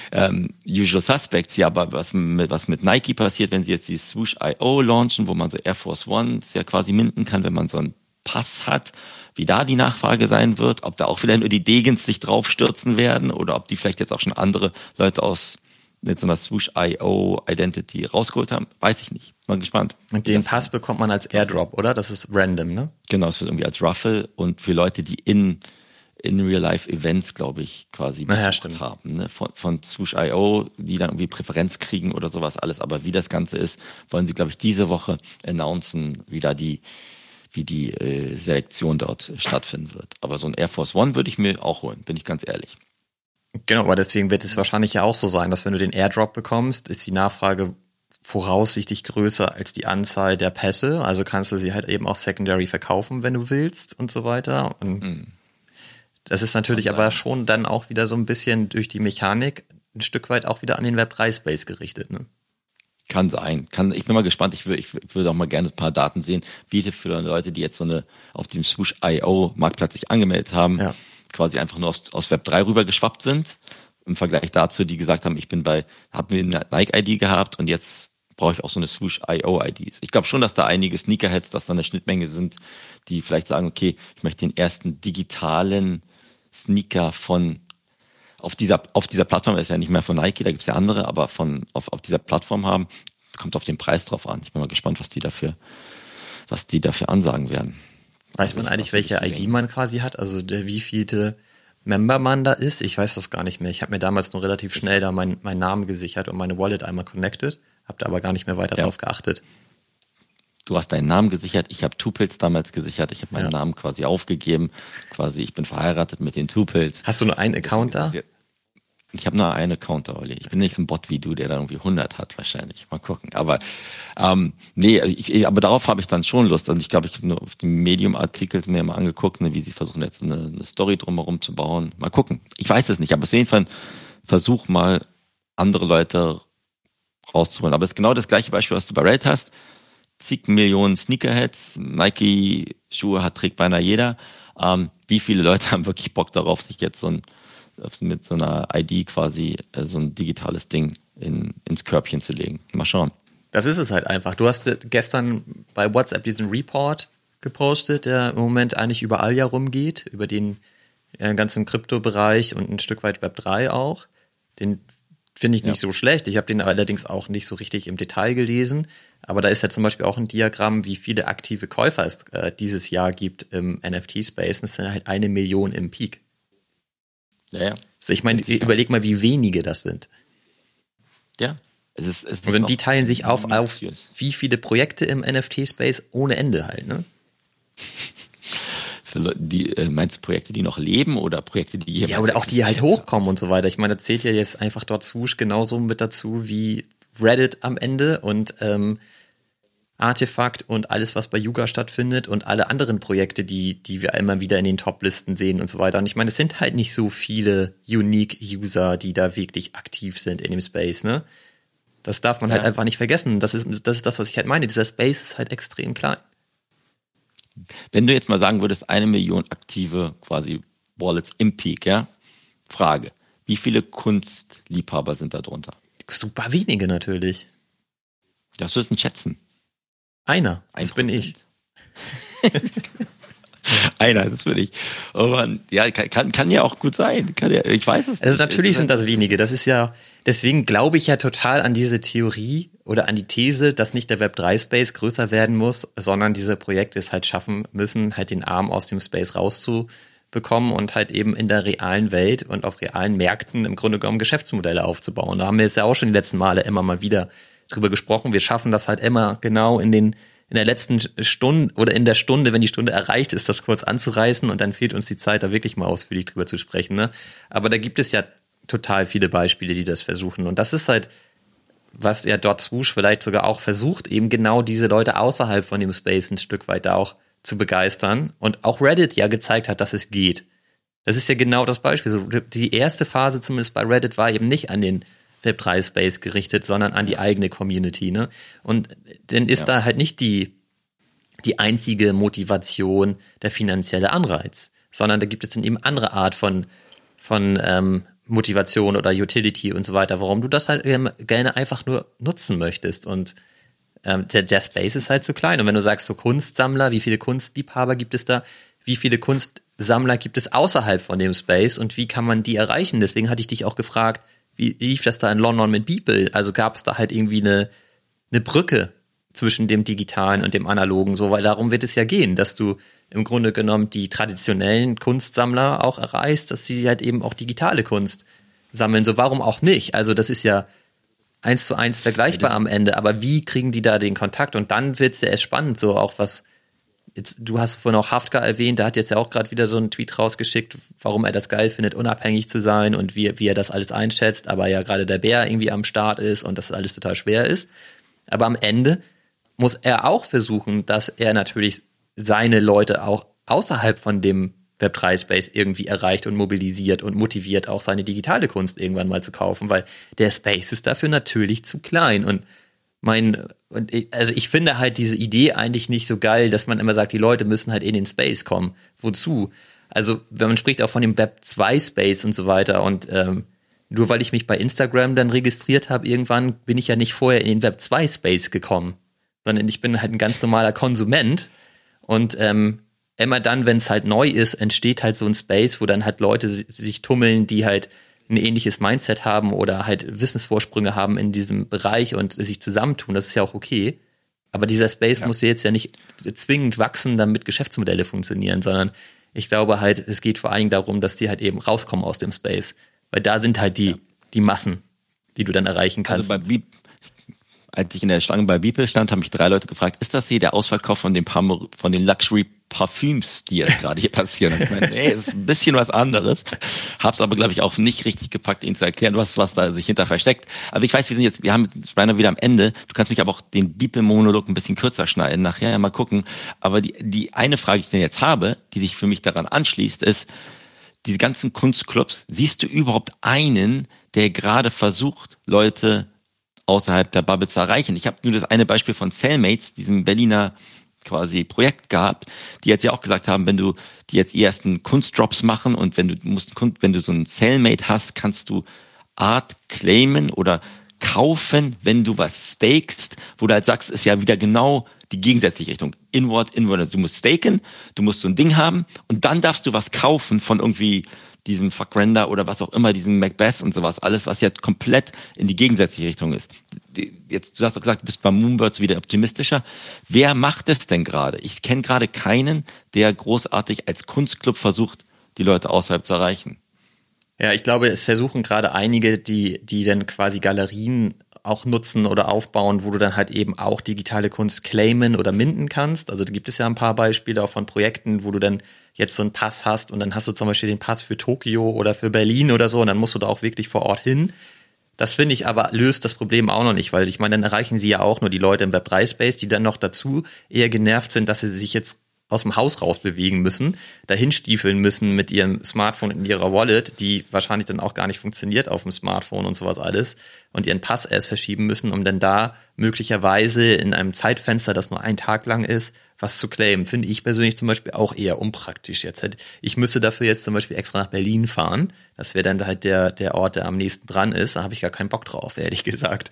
Usual Suspects, ja, aber was mit Nike passiert, wenn sie jetzt die Swoosh.io launchen, wo man so Air Force Ones ja quasi minden kann, wenn man so einen Pass hat, wie da die Nachfrage sein wird, ob da auch vielleicht nur die Degens sich draufstürzen werden oder ob die vielleicht jetzt auch schon andere Leute mit so einer Swoosh.io Identity rausgeholt haben, weiß ich nicht. Mal gespannt. Und den Pass bekommt man als Airdrop, oder? Das ist random, ne? Genau, es wird irgendwie als Ruffle und für Leute, die in Real-Life-Events, glaube ich, quasi besucht haben. Ne? Von Swoosh.io, die dann irgendwie Präferenz kriegen oder sowas alles. Aber wie das Ganze ist, wollen sie, glaube ich, diese Woche announcen, wie die Selektion dort stattfinden wird. Aber so ein Air Force One würde ich mir auch holen, bin ich ganz ehrlich. Genau, aber deswegen wird es wahrscheinlich ja auch so sein, dass wenn du den Airdrop bekommst, ist die Nachfrage voraussichtlich größer als die Anzahl der Pässe. Also kannst du sie halt eben auch secondary verkaufen, wenn du willst und so weiter. Und das ist natürlich aber schon dann auch wieder so ein bisschen durch die Mechanik ein Stück weit auch wieder an den Web3-Space gerichtet, ne? Kann sein. Ich bin mal gespannt. Ich würde auch mal gerne ein paar Daten sehen, wie viele Leute, die jetzt auf dem Swoosh.io Marktplatz sich angemeldet haben, quasi einfach nur aus Web 3 rüber geschwappt sind. Im Vergleich dazu, die gesagt haben, haben wir eine Nike-ID gehabt und jetzt brauche ich auch so eine Swoosh.io-IDs. Ich glaube schon, dass da einige Sneakerheads, dass da eine Schnittmenge sind, die vielleicht sagen, okay, ich möchte den ersten digitalen Sneaker auf dieser Plattform, ist ja nicht mehr von Nike, da gibt es ja andere, aber auf dieser Plattform haben, kommt auf den Preis drauf an. Ich bin mal gespannt, was die dafür ansagen werden. Weiß man eigentlich, welche ID man quasi hat? Also wie viele Member man da ist? Ich weiß das gar nicht mehr. Ich habe mir damals nur relativ schnell da meinen Namen gesichert und meine Wallet einmal connected, habe da aber gar nicht mehr weiter drauf geachtet. Du hast deinen Namen gesichert, ich habe Tupils damals gesichert, ich habe meinen Namen quasi aufgegeben, ich bin verheiratet mit den Tupils. Hast du nur einen Account da? Ich habe nur einen Account da, Olli. Ich bin nicht so ein Bot wie du, der da irgendwie 100 hat wahrscheinlich. Mal gucken. Aber aber darauf habe ich dann schon Lust. Also ich glaube, ich habe nur auf dem Medium-Artikel mir mal angeguckt, wie sie versuchen jetzt eine Story drumherum zu bauen. Mal gucken. Ich weiß es nicht, aber auf jeden Fall versuch mal andere Leute rauszuholen. Aber es ist genau das gleiche Beispiel, was du bei Reddit hast. Zig Millionen Sneakerheads, Nike-Schuhe trägt beinahe jeder. Wie viele Leute haben wirklich Bock darauf, sich jetzt mit so einer ID quasi so ein digitales Ding ins Körbchen zu legen? Mal schauen. Das ist es halt einfach. Du hast gestern bei WhatsApp diesen Report gepostet, der im Moment eigentlich überall ja rumgeht, über den ganzen Kryptobereich und ein Stück weit Web3 auch. Den finde ich nicht so schlecht. Ich habe den allerdings auch nicht so richtig im Detail gelesen. Aber da ist ja zum Beispiel auch ein Diagramm, wie viele aktive Käufer es dieses Jahr gibt im NFT-Space. Das sind halt 1 Million im Peak. Ja. Also ich meine, überleg mal, wie wenige das sind. Ja, Also die teilen sich auf wie viele Projekte im NFT-Space ohne Ende halt, ne? Meinst du Projekte, die noch leben oder Projekte, die ja, oder auch die halt hochkommen und so weiter. Ich meine, das zählt ja jetzt einfach dort Swoosh genauso mit dazu wie Reddit am Ende und Artefakt und alles, was bei Yuga stattfindet und alle anderen Projekte, die wir immer wieder in den Top-Listen sehen und so weiter. Und ich meine, es sind halt nicht so viele Unique-User, die da wirklich aktiv sind in dem Space, ne? Das darf man halt einfach nicht vergessen. Das ist das, was ich halt meine. Dieser Space ist halt extrem klein. Wenn du jetzt mal sagen würdest, 1 Million aktive quasi Wallets im Peak, ja? Frage, wie viele Kunstliebhaber sind da drunter? Super wenige natürlich. Das wirst du schätzen. Einer, das bin ich. Einer, das bin ich. Aber ja, kann ja auch gut sein. Ich weiß es nicht. Also natürlich sind das wenige. Das ist ja, deswegen glaube ich ja total an diese Theorie oder an die These, dass nicht der Web3-Space größer werden muss, sondern diese Projekte es halt schaffen müssen, halt den Arm aus dem Space rauszubekommen und halt eben in der realen Welt und auf realen Märkten im Grunde genommen Geschäftsmodelle aufzubauen. Da haben wir jetzt ja auch schon die letzten Male immer mal wieder drüber gesprochen. Wir schaffen das halt immer genau in der letzten Stunde oder in der Stunde, wenn die Stunde erreicht ist, das kurz anzureißen und dann fehlt uns die Zeit, da wirklich mal ausführlich drüber zu sprechen, ne? Aber da gibt es ja total viele Beispiele, die das versuchen und das ist halt, was ja dort Swoosh vielleicht sogar auch versucht, eben genau diese Leute außerhalb von dem Space ein Stück weit da auch zu begeistern und auch Reddit ja gezeigt hat, dass es geht. Das ist ja genau das Beispiel. So, die erste Phase zumindest bei Reddit war eben nicht an den Web3-Space gerichtet, sondern an die eigene Community, ne? Und dann ist da halt nicht die einzige Motivation der finanzielle Anreiz, sondern da gibt es dann eben andere Art von Motivation oder Utility und so weiter, warum du das halt gerne einfach nur nutzen möchtest. Und der Space ist halt zu klein. Und wenn du sagst, so Kunstsammler, wie viele Kunstliebhaber gibt es da? Wie viele Kunstsammler gibt es außerhalb von dem Space? Und wie kann man die erreichen? Deswegen hatte ich dich auch gefragt, wie lief das da in London mit Beeple? Also gab es da halt irgendwie eine Brücke zwischen dem Digitalen und dem Analogen, so, weil darum wird es ja gehen, dass du im Grunde genommen die traditionellen Kunstsammler auch erreichst, dass sie halt eben auch digitale Kunst sammeln. So, warum auch nicht? Also das ist ja 1:1 vergleichbar am Ende, aber wie kriegen die da den Kontakt? Und dann wird es ja erst spannend, so auch was. Jetzt, du hast vorhin auch Haftka erwähnt, der hat jetzt ja auch gerade wieder so einen Tweet rausgeschickt, warum er das geil findet, unabhängig zu sein und wie er das alles einschätzt, aber ja gerade der Bär irgendwie am Start ist und das alles total schwer ist. Aber am Ende muss er auch versuchen, dass er natürlich seine Leute auch außerhalb von dem Web3-Space irgendwie erreicht und mobilisiert und motiviert, auch seine digitale Kunst irgendwann mal zu kaufen, weil der Space ist dafür natürlich zu klein. Und ich finde halt diese Idee eigentlich nicht so geil, dass man immer sagt, die Leute müssen halt in den Space kommen. Wozu? Also, wenn man spricht auch von dem Web 2 Space und so weiter und nur weil ich mich bei Instagram dann registriert habe, irgendwann bin ich ja nicht vorher in den Web 2 Space gekommen, sondern ich bin halt ein ganz normaler Konsument und immer dann, wenn es halt neu ist, entsteht halt so ein Space, wo dann halt Leute sich tummeln, die halt ein ähnliches Mindset haben oder halt Wissensvorsprünge haben in diesem Bereich und sich zusammentun. Das ist ja auch okay. Aber dieser Space muss jetzt ja nicht zwingend wachsen, damit Geschäftsmodelle funktionieren, sondern ich glaube halt, es geht vor allen Dingen darum, dass die halt eben rauskommen aus dem Space. Weil da sind halt die Massen, die du dann erreichen kannst. Also als ich in der Schlange bei Beeple stand, haben mich 3 Leute gefragt, ist das hier der Ausverkauf von den Luxury-Parfüms, die jetzt gerade hier passieren? Und ich meine, nee, es ist ein bisschen was anderes. Hab's aber, glaube ich, auch nicht richtig gepackt, ihnen zu erklären, was da sich hinter versteckt. Aber ich weiß, wir haben Steiner wieder am Ende. Du kannst mich aber auch den Beeple-Monolog ein bisschen kürzer schneiden, nachher mal gucken. Aber die eine Frage, die ich denn jetzt habe, die sich für mich daran anschließt, ist, diese ganzen Kunstclubs, siehst du überhaupt einen, der gerade versucht, Leute außerhalb der Bubble zu erreichen? Ich habe nur das eine Beispiel von Cellmates, diesem Berliner quasi Projekt gehabt, die jetzt ja auch gesagt haben, wenn du die jetzt die ersten Kunstdrops machen und wenn du so einen Cellmate hast, kannst du Art claimen oder kaufen, wenn du was stakest, wo du halt sagst, ist ja wieder genau die gegensätzliche Richtung. Inward. Du musst staken, du musst so ein Ding haben und dann darfst du was kaufen von irgendwie diesem Fuckrender oder was auch immer, diesem Macbeth und sowas, alles, was ja komplett in die gegensätzliche Richtung ist. Jetzt, du hast doch gesagt, du bist bei Moonbirds wieder optimistischer. Wer macht es denn gerade? Ich kenne gerade keinen, der großartig als Kunstclub versucht, die Leute außerhalb zu erreichen. Ja, ich glaube, es versuchen gerade einige, die dann quasi Galerien auch nutzen oder aufbauen, wo du dann halt eben auch digitale Kunst claimen oder minden kannst. Also da gibt es ja ein paar Beispiele auch von Projekten, wo du dann jetzt so einen Pass hast und dann hast du zum Beispiel den Pass für Tokio oder für Berlin oder so und dann musst du da auch wirklich vor Ort hin. Das finde ich aber löst das Problem auch noch nicht, weil ich meine, dann erreichen sie ja auch nur die Leute im Web3-Space, die dann noch dazu eher genervt sind, dass sie sich jetzt aus dem Haus raus bewegen müssen, dahin stiefeln müssen mit ihrem Smartphone in ihrer Wallet, die wahrscheinlich dann auch gar nicht funktioniert auf dem Smartphone und sowas alles und ihren Pass erst verschieben müssen, um dann da möglicherweise in einem Zeitfenster, das nur ein Tag lang ist, was zu claimen. Finde ich persönlich zum Beispiel auch eher unpraktisch jetzt. Ich müsste dafür jetzt zum Beispiel extra nach Berlin fahren. Das wäre dann halt der Ort, der am nächsten dran ist. Da habe ich gar keinen Bock drauf, ehrlich gesagt.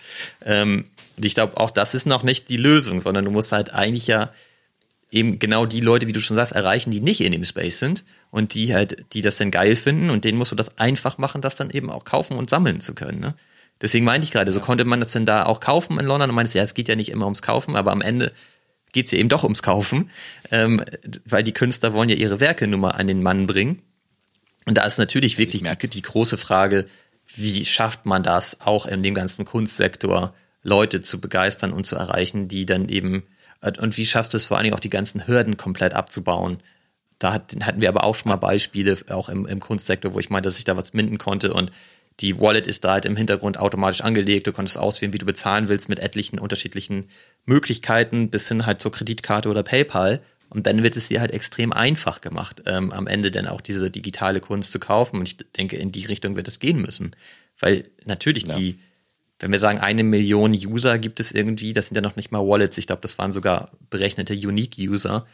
Ich glaube, auch das ist noch nicht die Lösung, sondern du musst halt eigentlich ja eben genau die Leute, wie du schon sagst, erreichen, die nicht in dem Space sind und die das dann geil finden und denen musst du das einfach machen, das dann eben auch kaufen und sammeln zu können. Ne? Deswegen meinte ich gerade, so konnte man das denn da auch kaufen in London und meinte, ja, es geht ja nicht immer ums Kaufen, aber am Ende geht es ja eben doch ums Kaufen, weil die Künstler wollen ja ihre Werke nun mal an den Mann bringen. Und da ist natürlich wirklich die große Frage, wie schafft man das auch in dem ganzen Kunstsektor, Leute zu begeistern und zu erreichen, die dann eben und wie schaffst du es vor allen Dingen auch die ganzen Hürden komplett abzubauen? Da hatten wir aber auch schon mal Beispiele, auch im Kunstsektor, wo ich meinte, dass ich da was minden konnte und die Wallet ist da halt im Hintergrund automatisch angelegt. Du konntest auswählen, wie du bezahlen willst mit etlichen unterschiedlichen Möglichkeiten bis hin halt zur Kreditkarte oder PayPal. Und dann wird es dir halt extrem einfach gemacht, am Ende dann auch diese digitale Kunst zu kaufen. Und ich denke, in die Richtung wird es gehen müssen. Weil natürlich wenn wir sagen, 1 Million User gibt es irgendwie, das sind ja noch nicht mal Wallets, ich glaube, das waren sogar berechnete Unique-User,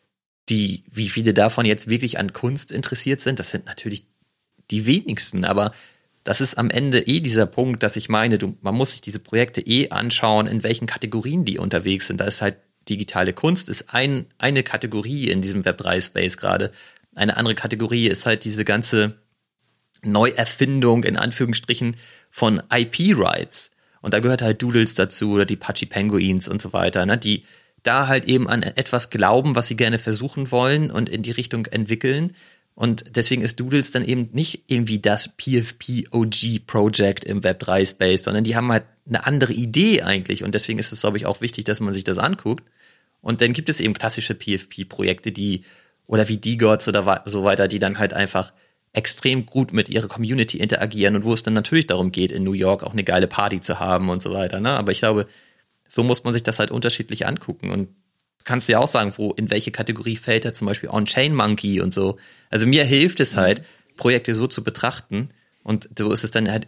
wie viele davon jetzt wirklich an Kunst interessiert sind, das sind natürlich die wenigsten, aber das ist am Ende dieser Punkt, dass ich meine, man muss sich diese Projekte anschauen, in welchen Kategorien die unterwegs sind. Da ist halt digitale Kunst, ist eine Kategorie in diesem Web3-Space gerade. Eine andere Kategorie ist halt diese ganze Neuerfindung, in Anführungsstrichen, von IP-Rights. Und da gehört halt Doodles dazu oder die Pudgy Penguins und so weiter, ne, die da halt eben an etwas glauben, was sie gerne versuchen wollen und in die Richtung entwickeln. Und deswegen ist Doodles dann eben nicht irgendwie das PFP-OG-Project im Web3-Space, sondern die haben halt eine andere Idee eigentlich. Und deswegen ist es, glaube ich, auch wichtig, dass man sich das anguckt. Und dann gibt es eben klassische PFP-Projekte, oder wie D-Gods oder so weiter, die dann halt einfach extrem gut mit ihrer Community interagieren und wo es dann natürlich darum geht, in New York auch eine geile Party zu haben und so weiter. Ne? Aber ich glaube, so muss man sich das halt unterschiedlich angucken und kannst du ja auch sagen, in welche Kategorie fällt da zum Beispiel On-Chain Monkey und so. Also mir hilft es halt, Projekte so zu betrachten und so ist es dann halt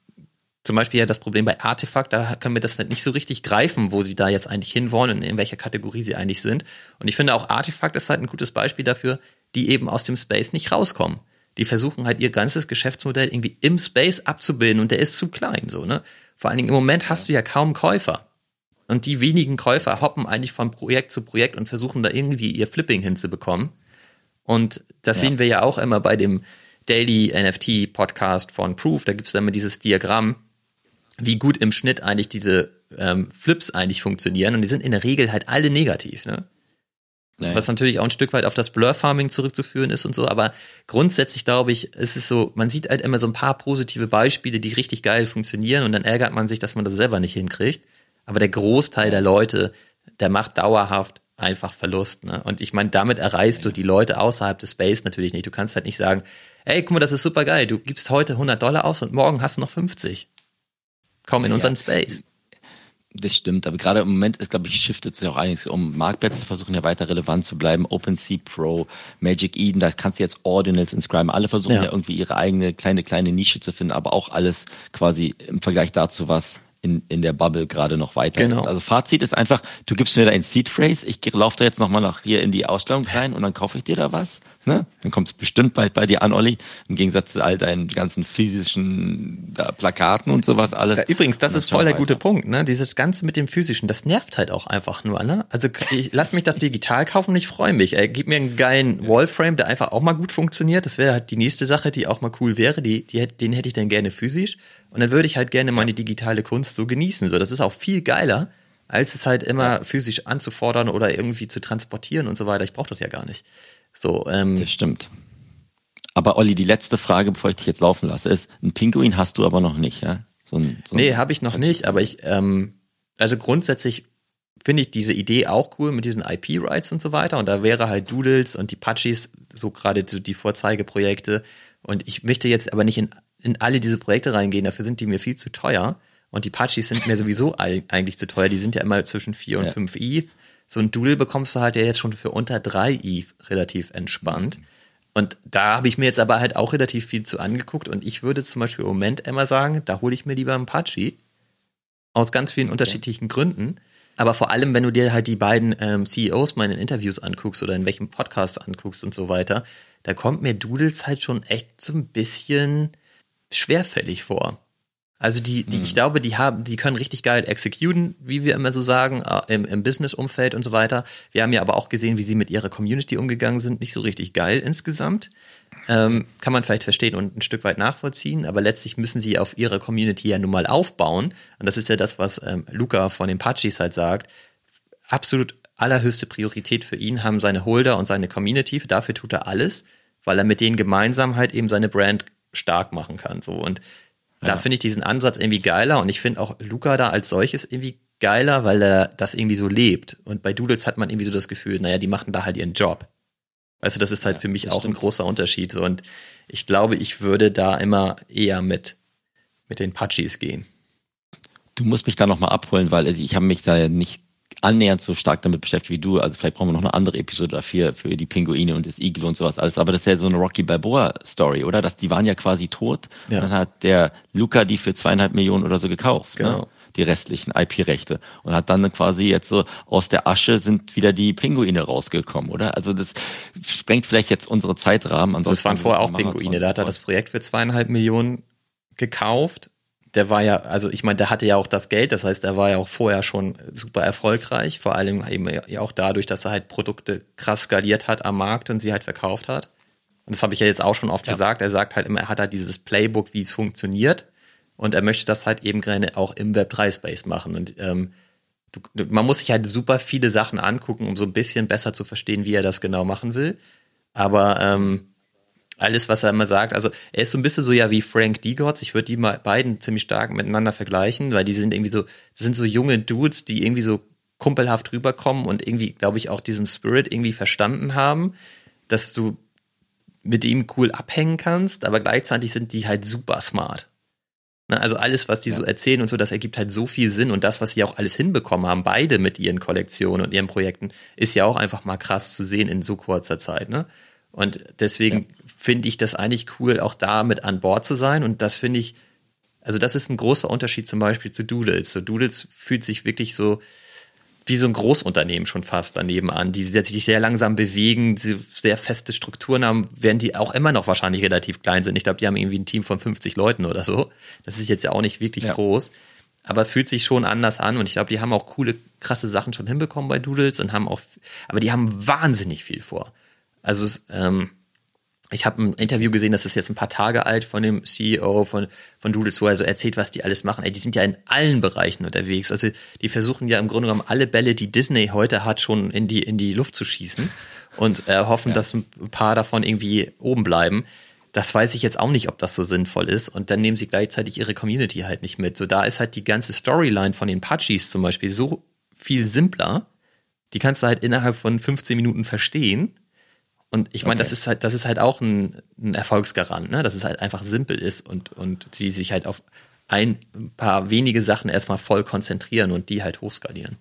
zum Beispiel ja das Problem bei Artefakt, da können wir das halt nicht so richtig greifen, wo sie da jetzt eigentlich hinwollen und in welcher Kategorie sie eigentlich sind. Und ich finde auch Artefakt ist halt ein gutes Beispiel dafür, die eben aus dem Space nicht rauskommen. Die versuchen halt ihr ganzes Geschäftsmodell irgendwie im Space abzubilden und der ist zu klein, so, ne? Vor allen Dingen im Moment hast du ja kaum Käufer. Und die wenigen Käufer hoppen eigentlich von Projekt zu Projekt und versuchen da irgendwie ihr Flipping hinzubekommen. Und das sehen wir ja auch immer bei dem Daily NFT Podcast von Proof. Da gibt es dann immer dieses Diagramm, wie gut im Schnitt eigentlich diese Flips eigentlich funktionieren. Und die sind in der Regel halt alle negativ, ne? Nein. Was natürlich auch ein Stück weit auf das Blur-Farming zurückzuführen ist und so, aber grundsätzlich glaube ich, ist es so, man sieht halt immer so ein paar positive Beispiele, die richtig geil funktionieren und dann ärgert man sich, dass man das selber nicht hinkriegt. Aber der Großteil der Leute, der macht dauerhaft einfach Verlust. Ne? Und ich meine, damit erreichst du die Leute außerhalb des Space natürlich nicht. Du kannst halt nicht sagen, ey, guck mal, das ist super geil, du gibst heute $100 aus und morgen hast du noch 50. Komm in unseren Space. Das stimmt, aber gerade im Moment ist, glaube ich, shiftet sich auch einiges um. Marktplätze versuchen ja weiter relevant zu bleiben. OpenSea Pro, Magic Eden, da kannst du jetzt Ordinals inscriben. Alle versuchen ja irgendwie ihre eigene kleine Nische zu finden, aber auch alles quasi im Vergleich dazu, was in der Bubble gerade noch weiter ist. Also Fazit ist einfach, du gibst mir da ein Seed Phrase, ich laufe da jetzt nochmal nach hier in die Ausstellung rein und dann kaufe ich dir da was. Ne? Dann kommt es bestimmt bald bei dir an, Olli. Im Gegensatz zu all deinen ganzen physischen Plakaten und sowas alles. Ja, übrigens, das ist voll der gute Punkt. Ne? Dieses Ganze mit dem Physischen, das nervt halt auch einfach nur. Ne? Also lass mich das digital kaufen und ich freue mich. Gib mir einen geilen Wallframe, der einfach auch mal gut funktioniert. Das wäre halt die nächste Sache, die auch mal cool wäre. Den hätte ich dann gerne physisch. Und dann würde ich halt gerne meine digitale Kunst so genießen. So, das ist auch viel geiler, als es halt immer physisch anzufordern oder irgendwie zu transportieren und so weiter. Ich brauche das ja gar nicht. So, das stimmt. Aber Olli, die letzte Frage, bevor ich dich jetzt laufen lasse, ist, ein Pinguin hast du aber noch nicht, ja? Nee, habe ich noch nicht, aber also grundsätzlich finde ich diese Idee auch cool mit diesen IP-Rights und so weiter. Und da wäre halt Doodles und die Putchies so gerade so die Vorzeigeprojekte. Und ich möchte jetzt aber nicht in alle diese Projekte reingehen, dafür sind die mir viel zu teuer. Und die Putchies sind mir sowieso eigentlich zu teuer. Die sind ja immer zwischen 4 und 5 ETH. So ein Doodle bekommst du halt ja jetzt schon für unter 3 ETH relativ entspannt. Und da habe ich mir jetzt aber halt auch relativ viel zu angeguckt. Und ich würde zum Beispiel im Moment immer sagen, da hole ich mir lieber einen Putchie. Aus ganz vielen unterschiedlichen Gründen. Aber vor allem, wenn du dir halt die beiden CEOs mal in Interviews anguckst oder in welchem Podcast anguckst und so weiter, da kommt mir Doodles halt schon echt so ein bisschen schwerfällig vor. Also ich glaube, die können richtig geil executen, wie wir immer so sagen, im Business-Umfeld und so weiter. Wir haben ja aber auch gesehen, wie sie mit ihrer Community umgegangen sind, nicht so richtig geil insgesamt. Kann man vielleicht verstehen und ein Stück weit nachvollziehen, aber letztlich müssen sie auf ihre Community ja nun mal aufbauen. Und das ist ja das, was Luca von den Putchies halt sagt. Absolut allerhöchste Priorität für ihn haben seine Holder und seine Community. Dafür tut er alles, weil er mit denen gemeinsam halt eben seine Brand stark machen kann. So. Und da finde ich diesen Ansatz irgendwie geiler und ich finde auch Luca da als solches irgendwie geiler, weil er das irgendwie so lebt. Und bei Doodles hat man irgendwie so das Gefühl, naja, die machen da halt ihren Job. Also das ist halt für mich auch ein großer Unterschied. Und ich glaube, ich würde da immer eher mit den Putchies gehen. Du musst mich da nochmal abholen, weil ich habe mich da ja nicht annähernd so stark damit beschäftigt wie du. Also vielleicht brauchen wir noch eine andere Episode dafür, für die Pinguine und das Igel und sowas alles. Aber das ist ja so eine Rocky Balboa-Story, oder? Die waren ja quasi tot. Ja. Und dann hat der Luca die für 2,5 Millionen oder so gekauft. Genau. Ne? Die restlichen IP-Rechte. Und hat dann quasi jetzt so aus der Asche sind wieder die Pinguine rausgekommen, oder? Also das sprengt vielleicht jetzt unsere Zeitrahmen. Das waren vorher auch Pinguine. Da hat er das Projekt für 2,5 Millionen gekauft. Der war ja, also ich meine, der hatte ja auch das Geld, das heißt, er war ja auch vorher schon super erfolgreich, vor allem eben ja auch dadurch, dass er halt Produkte krass skaliert hat am Markt und sie halt verkauft hat. Und das habe ich ja jetzt auch schon oft gesagt, er sagt halt immer, er hat halt dieses Playbook, wie es funktioniert und er möchte das halt eben gerne auch im Web3-Space machen und man muss sich halt super viele Sachen angucken, um so ein bisschen besser zu verstehen, wie er das genau machen will, aber alles, was er immer sagt, also er ist so ein bisschen so ja wie Frank Diegotz, ich würde die mal beiden ziemlich stark miteinander vergleichen, weil die sind irgendwie so, das sind so junge Dudes, die irgendwie so kumpelhaft rüberkommen und irgendwie, glaube ich, auch diesen Spirit irgendwie verstanden haben, dass du mit ihm cool abhängen kannst, aber gleichzeitig sind die halt super smart. Ne, also alles, was die so erzählen und so, das ergibt halt so viel Sinn und das, was sie auch alles hinbekommen haben, beide mit ihren Kollektionen und ihren Projekten, ist ja auch einfach mal krass zu sehen in so kurzer Zeit, ne? Und deswegen finde ich das eigentlich cool, auch da mit an Bord zu sein. Und das finde ich, also das ist ein großer Unterschied zum Beispiel zu Doodles. So Doodles fühlt sich wirklich so wie so ein Großunternehmen schon fast daneben an, die sich sehr langsam bewegen, sehr feste Strukturen haben, während die auch immer noch wahrscheinlich relativ klein sind. Ich glaube, die haben irgendwie ein Team von 50 Leuten oder so. Das ist jetzt ja auch nicht wirklich groß. Aber fühlt sich schon anders an. Und ich glaube, die haben auch coole, krasse Sachen schon hinbekommen bei Doodles und haben auch, aber die haben wahnsinnig viel vor. Also ich habe ein Interview gesehen, das ist jetzt ein paar Tage alt von dem CEO von Doodles, wo er so erzählt, was die alles machen. Ey, die sind ja in allen Bereichen unterwegs. Also die versuchen ja im Grunde genommen alle Bälle, die Disney heute hat, schon in die Luft zu schießen und hoffen, dass ein paar davon irgendwie oben bleiben. Das weiß ich jetzt auch nicht, ob das so sinnvoll ist. Und dann nehmen sie gleichzeitig ihre Community halt nicht mit. So, da ist halt die ganze Storyline von den Putchies zum Beispiel so viel simpler. Die kannst du halt innerhalb von 15 Minuten verstehen. Und ich meine, das ist halt auch ein Erfolgsgarant, ne? Dass es halt einfach simpel ist und sie sich halt auf ein paar wenige Sachen erstmal voll konzentrieren und die halt hochskalieren.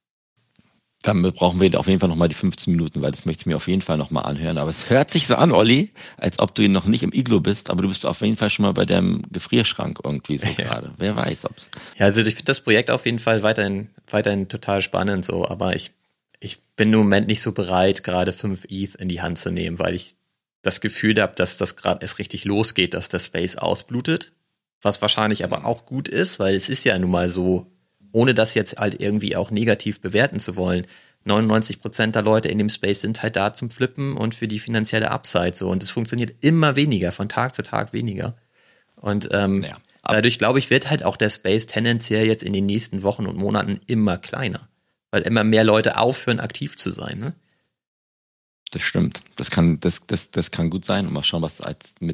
Damit brauchen wir auf jeden Fall nochmal die 15 Minuten, weil das möchte ich mir auf jeden Fall nochmal anhören. Aber es hört sich so an, Olli, als ob du noch nicht im Iglo bist, aber du bist auf jeden Fall schon mal bei deinem Gefrierschrank irgendwie so gerade. Wer weiß, ob's. Ja, also ich finde das Projekt auf jeden Fall weiterhin total spannend so, aber ich bin im Moment nicht so bereit, gerade 5 ETH in die Hand zu nehmen, weil ich das Gefühl habe, dass das gerade erst richtig losgeht, dass der Space ausblutet. Was wahrscheinlich aber auch gut ist, weil es ist ja nun mal so, ohne das jetzt halt irgendwie auch negativ bewerten zu wollen, 99% der Leute in dem Space sind halt da zum Flippen und für die finanzielle Upside so. Und es funktioniert immer weniger, von Tag zu Tag weniger. Und dadurch, glaube ich, wird halt auch der Space tendenziell jetzt in den nächsten Wochen und Monaten immer kleiner. Weil immer mehr Leute aufhören, aktiv zu sein, ne? Das stimmt. Das kann gut sein. Und mal schauen, was mit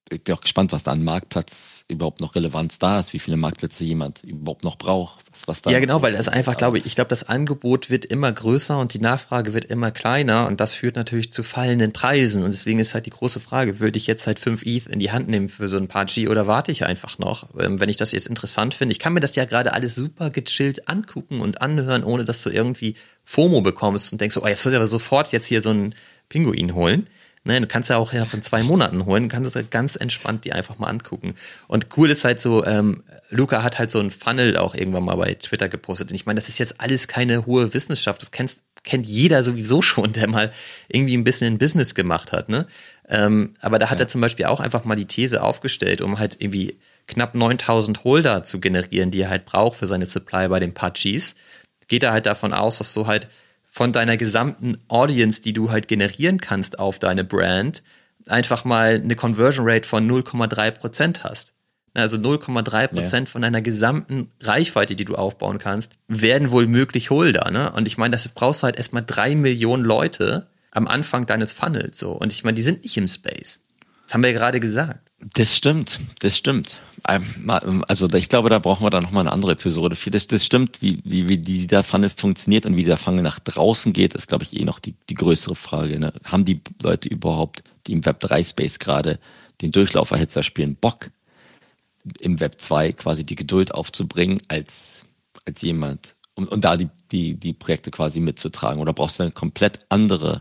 ich bin auch gespannt, was da an Marktplatz überhaupt noch Relevanz da ist, wie viele Marktplätze jemand überhaupt noch braucht. Was da ja, genau, weil das einfach, glaube ich, das Angebot wird immer größer und die Nachfrage wird immer kleiner und das führt natürlich zu fallenden Preisen und deswegen ist halt die große Frage, würde ich jetzt halt 5 ETH in die Hand nehmen für so ein paar G oder warte ich einfach noch, wenn ich das jetzt interessant finde. Ich kann mir das ja gerade alles super gechillt angucken und anhören, ohne dass du irgendwie FOMO bekommst und denkst, oh, jetzt soll ich aber sofort jetzt hier so einen Pinguin holen. Ne, du kannst ja auch noch in 2 Monaten holen, kannst es halt ganz entspannt die einfach mal angucken. Und cool ist halt so, Luca hat halt so ein Funnel auch irgendwann mal bei Twitter gepostet. Und ich meine, das ist jetzt alles keine hohe Wissenschaft. Das kennt jeder sowieso schon, der mal irgendwie ein bisschen ein Business gemacht hat. Ne? Aber da hat er zum Beispiel auch einfach mal die These aufgestellt, um halt irgendwie knapp 9.000 Holder zu generieren, die er halt braucht für seine Supply bei den Pudgies. Geht er halt davon aus, dass du halt von deiner gesamten Audience, die du halt generieren kannst auf deine Brand, einfach mal eine Conversion Rate von 0,3% hast. Also 0,3% von deiner gesamten Reichweite, die du aufbauen kannst, werden wohl möglich Holder. Ne? Und ich meine, dafür brauchst du halt erstmal 3 Millionen Leute am Anfang deines Funnels. So. Und ich meine, die sind nicht im Space. Das haben wir ja gerade gesagt. Das stimmt. Also ich glaube, da brauchen wir dann nochmal eine andere Episode. Das stimmt, wie dieser Funnel funktioniert und wie der Funnel nach draußen geht, ist, glaube ich, noch die größere Frage. Ne? Haben die Leute überhaupt, die im Web3-Space gerade den Durchlauferhitzer spielen, Bock, im Web 2 quasi die Geduld aufzubringen als jemand und da die Projekte quasi mitzutragen? Oder brauchst du eine komplett andere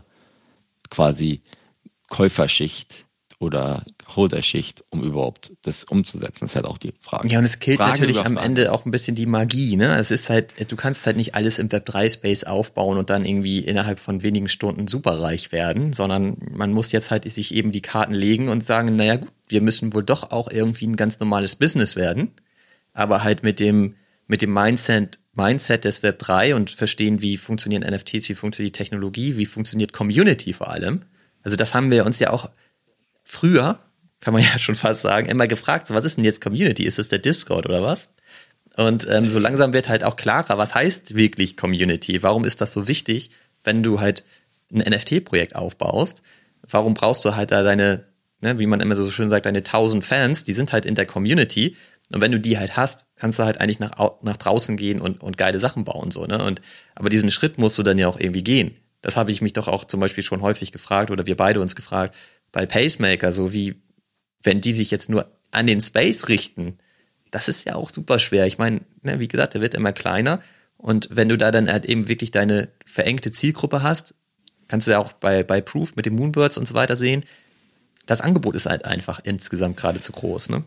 quasi Käuferschicht oder Holderschicht, um überhaupt das umzusetzen? Das ist halt auch die Frage. Ja, und es killt natürlich am Ende auch ein bisschen die Magie, ne? Es ist halt, du kannst halt nicht alles im Web3-Space aufbauen und dann irgendwie innerhalb von wenigen Stunden superreich werden, sondern man muss jetzt halt sich eben die Karten legen und sagen, naja gut, wir müssen wohl doch auch irgendwie ein ganz normales Business werden, aber halt mit dem Mindset des Web3 und verstehen, wie funktionieren NFTs, wie funktioniert die Technologie, wie funktioniert Community vor allem. Also das haben wir uns ja auch früher, kann man ja schon fast sagen, immer gefragt, so, was ist denn jetzt Community? Ist das der Discord oder was? Und so langsam wird halt auch klarer, was heißt wirklich Community? Warum ist das so wichtig, wenn du halt ein NFT-Projekt aufbaust? Warum brauchst du halt da deine, ne, wie man immer so schön sagt, deine 1000 Fans, die sind halt in der Community. Und wenn du die halt hast, kannst du halt eigentlich nach draußen gehen und geile Sachen bauen, so, ne? Aber diesen Schritt musst du dann ja auch irgendwie gehen. Das habe ich mich doch auch zum Beispiel schon häufig gefragt oder wir beide uns gefragt, bei Pacemaker, so wie, wenn die sich jetzt nur an den Space richten, das ist ja auch super schwer. Ich meine, ne, wie gesagt, der wird immer kleiner und wenn du da dann halt eben wirklich deine verengte Zielgruppe hast, kannst du ja auch bei Proof mit den Moonbirds und so weiter sehen, das Angebot ist halt einfach insgesamt gerade zu groß, ne?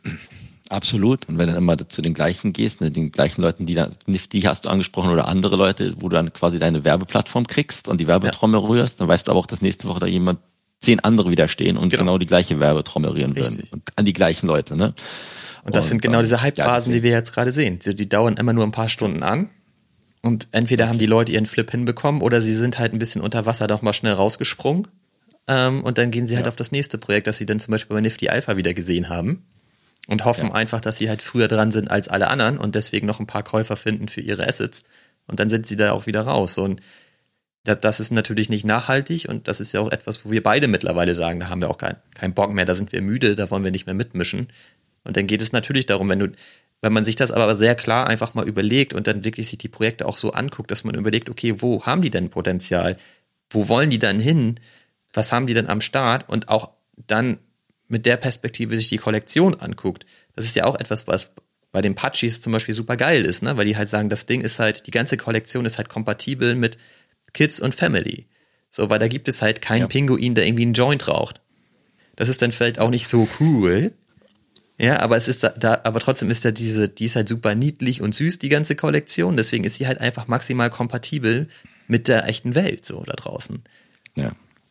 Absolut. Und wenn du dann immer zu den gleichen gehst, ne, den gleichen Leuten, die hast du angesprochen oder andere Leute, wo du dann quasi deine Werbeplattform kriegst und die Werbetrommel rührst, dann weißt du aber auch, dass nächste Woche da jemand 10 andere wieder stehen und genau die gleiche Werbetrommel rühren würden. Und an die gleichen Leute, ne? Und das sind genau diese Hype-Phasen, die wir jetzt gerade sehen. Die dauern immer nur ein paar Stunden an. Und entweder haben die Leute ihren Flip hinbekommen oder sie sind halt ein bisschen unter Wasser doch mal schnell rausgesprungen. Und dann gehen sie halt auf das nächste Projekt, das sie dann zum Beispiel bei Nifty Alpha wieder gesehen haben. Und hoffen einfach, dass sie halt früher dran sind als alle anderen und deswegen noch ein paar Käufer finden für ihre Assets. Und dann sind sie da auch wieder raus. Und das ist natürlich nicht nachhaltig und das ist ja auch etwas, wo wir beide mittlerweile sagen, da haben wir auch keinen Bock mehr, da sind wir müde, da wollen wir nicht mehr mitmischen. Und dann geht es natürlich darum, wenn man sich das aber sehr klar einfach mal überlegt und dann wirklich sich die Projekte auch so anguckt, dass man überlegt, okay, wo haben die denn Potenzial? Wo wollen die dann hin? Was haben die denn am Start? Und auch dann mit der Perspektive sich die Kollektion anguckt. Das ist ja auch etwas, was bei den Pudgies zum Beispiel super geil ist, ne? Weil die halt sagen, das Ding ist halt, die ganze Kollektion ist halt kompatibel mit Kids und Family. So, weil da gibt es halt keinen Pinguin, der irgendwie einen Joint raucht. Das ist dann vielleicht auch nicht so cool. Ja, aber es ist aber trotzdem ist die ist halt super niedlich und süß, die ganze Kollektion. Deswegen ist sie halt einfach maximal kompatibel mit der echten Welt, so da draußen. Ja.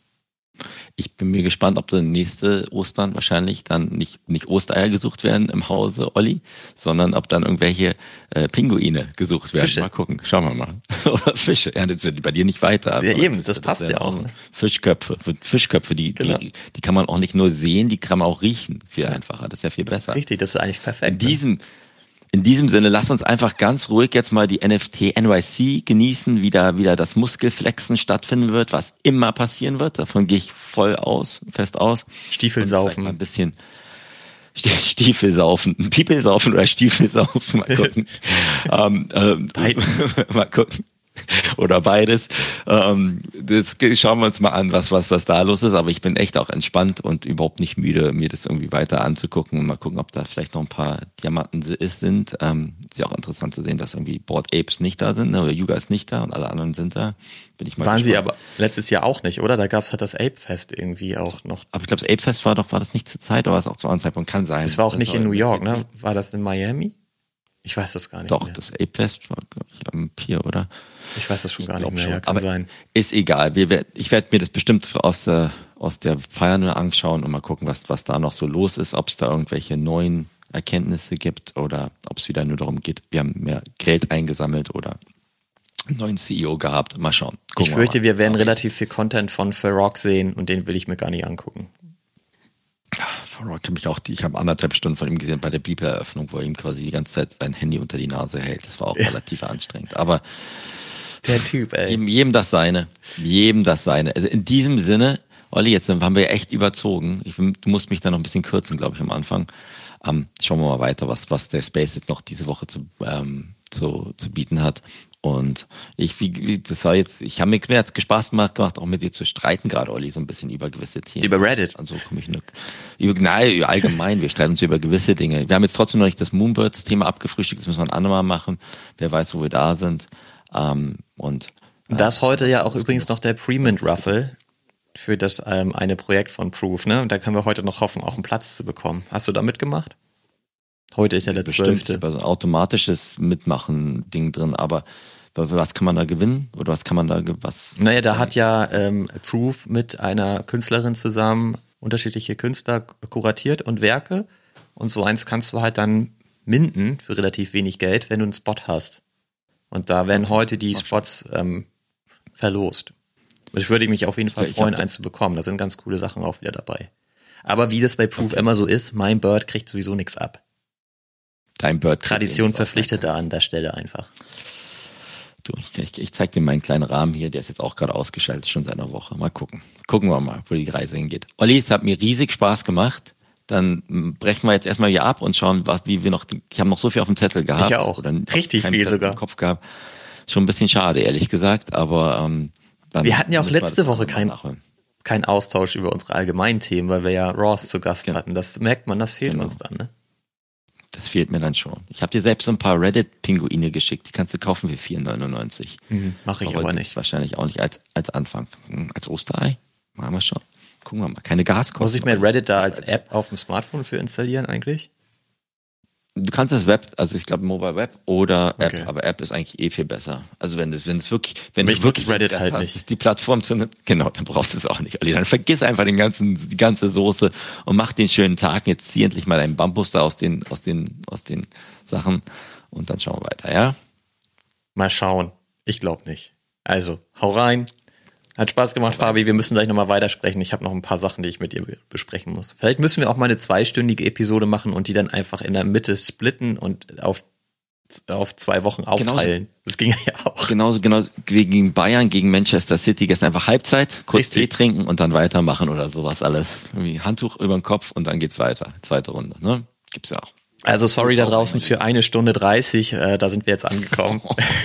Ich bin mir gespannt, ob dann nächste Ostern wahrscheinlich dann nicht Ostereier gesucht werden im Hause Olli, sondern ob dann irgendwelche Pinguine gesucht werden. Fische. Mal gucken, schauen wir mal. Oder Fische, ja, das wird bei dir nicht weiter. Ja, eben, das passt ja auch. Ne? Fischköpfe, die kann man auch nicht nur sehen, die kann man auch riechen. Viel einfacher, das ist ja viel besser. Richtig, das ist eigentlich perfekt. in diesem Sinne, lasst uns einfach ganz ruhig jetzt mal die NFT NYC genießen, wie da wieder das Muskelflexen stattfinden wird, was immer passieren wird. Davon gehe ich fest aus. Stiefelsaufen. Ein bisschen Stiefelsaufen. People-Saufen oder Stiefelsaufen. Mal gucken. Mal gucken. Oder beides. Das schauen wir uns mal an, was da los ist. Aber ich bin echt auch entspannt und überhaupt nicht müde, mir das irgendwie weiter anzugucken und mal gucken, ob da vielleicht noch ein paar Diamanten sind. Ist ja auch interessant zu sehen, dass irgendwie Bored Apes nicht da sind, ne? Oder Yuga ist nicht da und alle anderen sind da. Bin ich mal Waren gespannt. sie aber letztes Jahr auch nicht, oder? Da gab es halt das Ape-Fest irgendwie auch noch. Aber ich glaube, das Ape-Fest war das nicht zur Zeit, oder war es auch zu anderen Zeitpunkt? Kann sein. Es war auch Das nicht in New York, ne? War das in Miami? Ich weiß das gar nicht Doch, mehr. das Ape-Fest war, glaube ich, am Pier, oder? Ich weiß das schon gar nicht mehr, schon. ja, kann Aber sein. ist egal. Ich werde mir das bestimmt aus der Feier nur anschauen und mal gucken, was da noch so los ist, ob es da irgendwelche neuen Erkenntnisse gibt oder ob es wieder nur darum geht, wir haben mehr Geld eingesammelt oder einen neuen CEO gehabt. Mal schauen. Ich fürchte, wir werden relativ viel Content von Farrokh sehen und den will ich mir gar nicht angucken. Farrokh ich habe 1,5 Stunden von ihm gesehen bei der Bibel-Eröffnung, wo er ihm quasi die ganze Zeit sein Handy unter die Nase hält. Das war auch relativ anstrengend. Aber der Typ, ey. Jedem das seine. Also in diesem Sinne, Olli, jetzt haben wir ja echt überzogen. Du musst mich da noch ein bisschen kürzen, glaube ich, am Anfang. Schauen wir mal weiter, was der Space jetzt noch diese Woche zu bieten hat. Und ich habe mir jetzt Spaß gemacht, auch mit dir zu streiten gerade, Olli, so ein bisschen über gewisse Themen. Über Reddit? Also komme ich nur allgemein, wir streiten uns über gewisse Dinge. Wir haben jetzt trotzdem noch nicht das Moonbirds-Thema abgefrühstückt, das müssen wir ein andermal machen. Wer weiß, wo wir da sind. Das heute ja auch übrigens noch der Pre-Mint-Ruffle für das eine Projekt von Proof, ne? Und da können wir heute noch hoffen, auch einen Platz zu bekommen. Hast du da mitgemacht? Heute ist ja der 12. Ich habe also ein automatisches Mitmachen-Ding drin, aber was kann man da gewinnen? Oder was kann man da, Naja, da hat ja Proof mit einer Künstlerin zusammen unterschiedliche Künstler kuratiert und Werke. Und so eins kannst du halt dann minden für relativ wenig Geld, wenn du einen Spot hast. Und da werden heute die Spots verlost. Ich würde mich auf jeden Fall freuen, eins zu bekommen. Da sind ganz coole Sachen auch wieder dabei. Aber wie das bei Proof immer so ist, mein Bird kriegt sowieso nichts ab. Dein Bird. Tradition verpflichtet da an der Stelle einfach. Du, ich zeig dir meinen kleinen Rahmen hier, der ist jetzt auch gerade ausgeschaltet, schon seit einer Woche. Mal gucken. Gucken wir mal, wo die Reise hingeht. Olli, es hat mir riesig Spaß gemacht. Dann brechen wir jetzt erstmal hier ab und schauen, ich habe noch so viel auf dem Zettel gehabt. Ich auch. Oder richtig viel sogar. Im Kopf gehabt. Schon ein bisschen schade, ehrlich gesagt, aber wir hatten ja auch letzte Woche keinen Austausch über unsere allgemeinen Themen, weil wir ja Ross zu Gast hatten. Das merkt man, das fehlt uns dann, ne? Das fehlt mir dann schon. Ich habe dir selbst so ein paar Reddit-Pinguine geschickt. Die kannst du kaufen für 4,99. Mache ich aber nicht. Wahrscheinlich auch nicht als Anfang. Als Osterei? Machen wir schon. Gucken wir mal. Keine Gaskosten. Muss ich mir Reddit da als App auf dem Smartphone für installieren eigentlich? Du kannst das Web, also ich glaube Mobile Web oder App, Okay. aber App ist eigentlich viel besser. Also wenn du wirklich Reddit halt hast, nicht. ist die Plattform genau, dann brauchst du es auch nicht. Olli, dann vergiss einfach die ganze Soße und mach den schönen Tag. Jetzt zieh endlich mal deinen Bambus da aus den Sachen und dann schauen wir weiter, ja? Mal schauen. Ich glaube nicht. Also, hau rein. Hat Spaß gemacht, Fabi. Wir müssen gleich nochmal weitersprechen. Ich habe noch ein paar Sachen, die ich mit dir besprechen muss. Vielleicht müssen wir auch mal eine 2-stündige Episode machen und die dann einfach in der Mitte splitten und auf 2 Wochen aufteilen. Das ging ja auch. Genauso gegen Bayern, gegen Manchester City. Gestern einfach Halbzeit, kurz Tee trinken und dann weitermachen oder sowas alles. Irgendwie Handtuch über den Kopf und dann geht's weiter. Zweite Runde, ne? Gibt's ja auch. Also sorry da draußen für 1 Stunde 30. Da sind wir jetzt angekommen.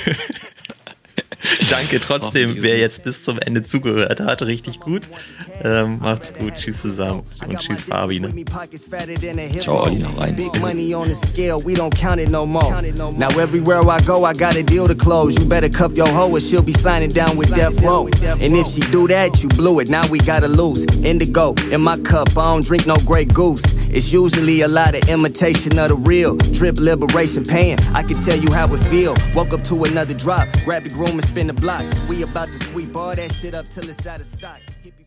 Danke trotzdem, wer jetzt bis zum Ende zugehört hat. Richtig gut. Macht's gut. Tschüss zusammen. Und tschüss, Fabi. Ne? Ciao, Olli, noch rein. Big money on the scale, we don't count it no more. Now everywhere I go, I got a deal to close. You better cuff your hoe or she'll be signing down with Death Row. And if she do that, you blew it. Now we gotta lose. Indigo in my cup, I don't drink no Grey Goose. It's usually a lot of imitation of the real. Drip liberation pain, I can tell you how it feel. Woke up to another drop, grab the groom and spin the block. We about to sweep all that shit up till it's out of stock.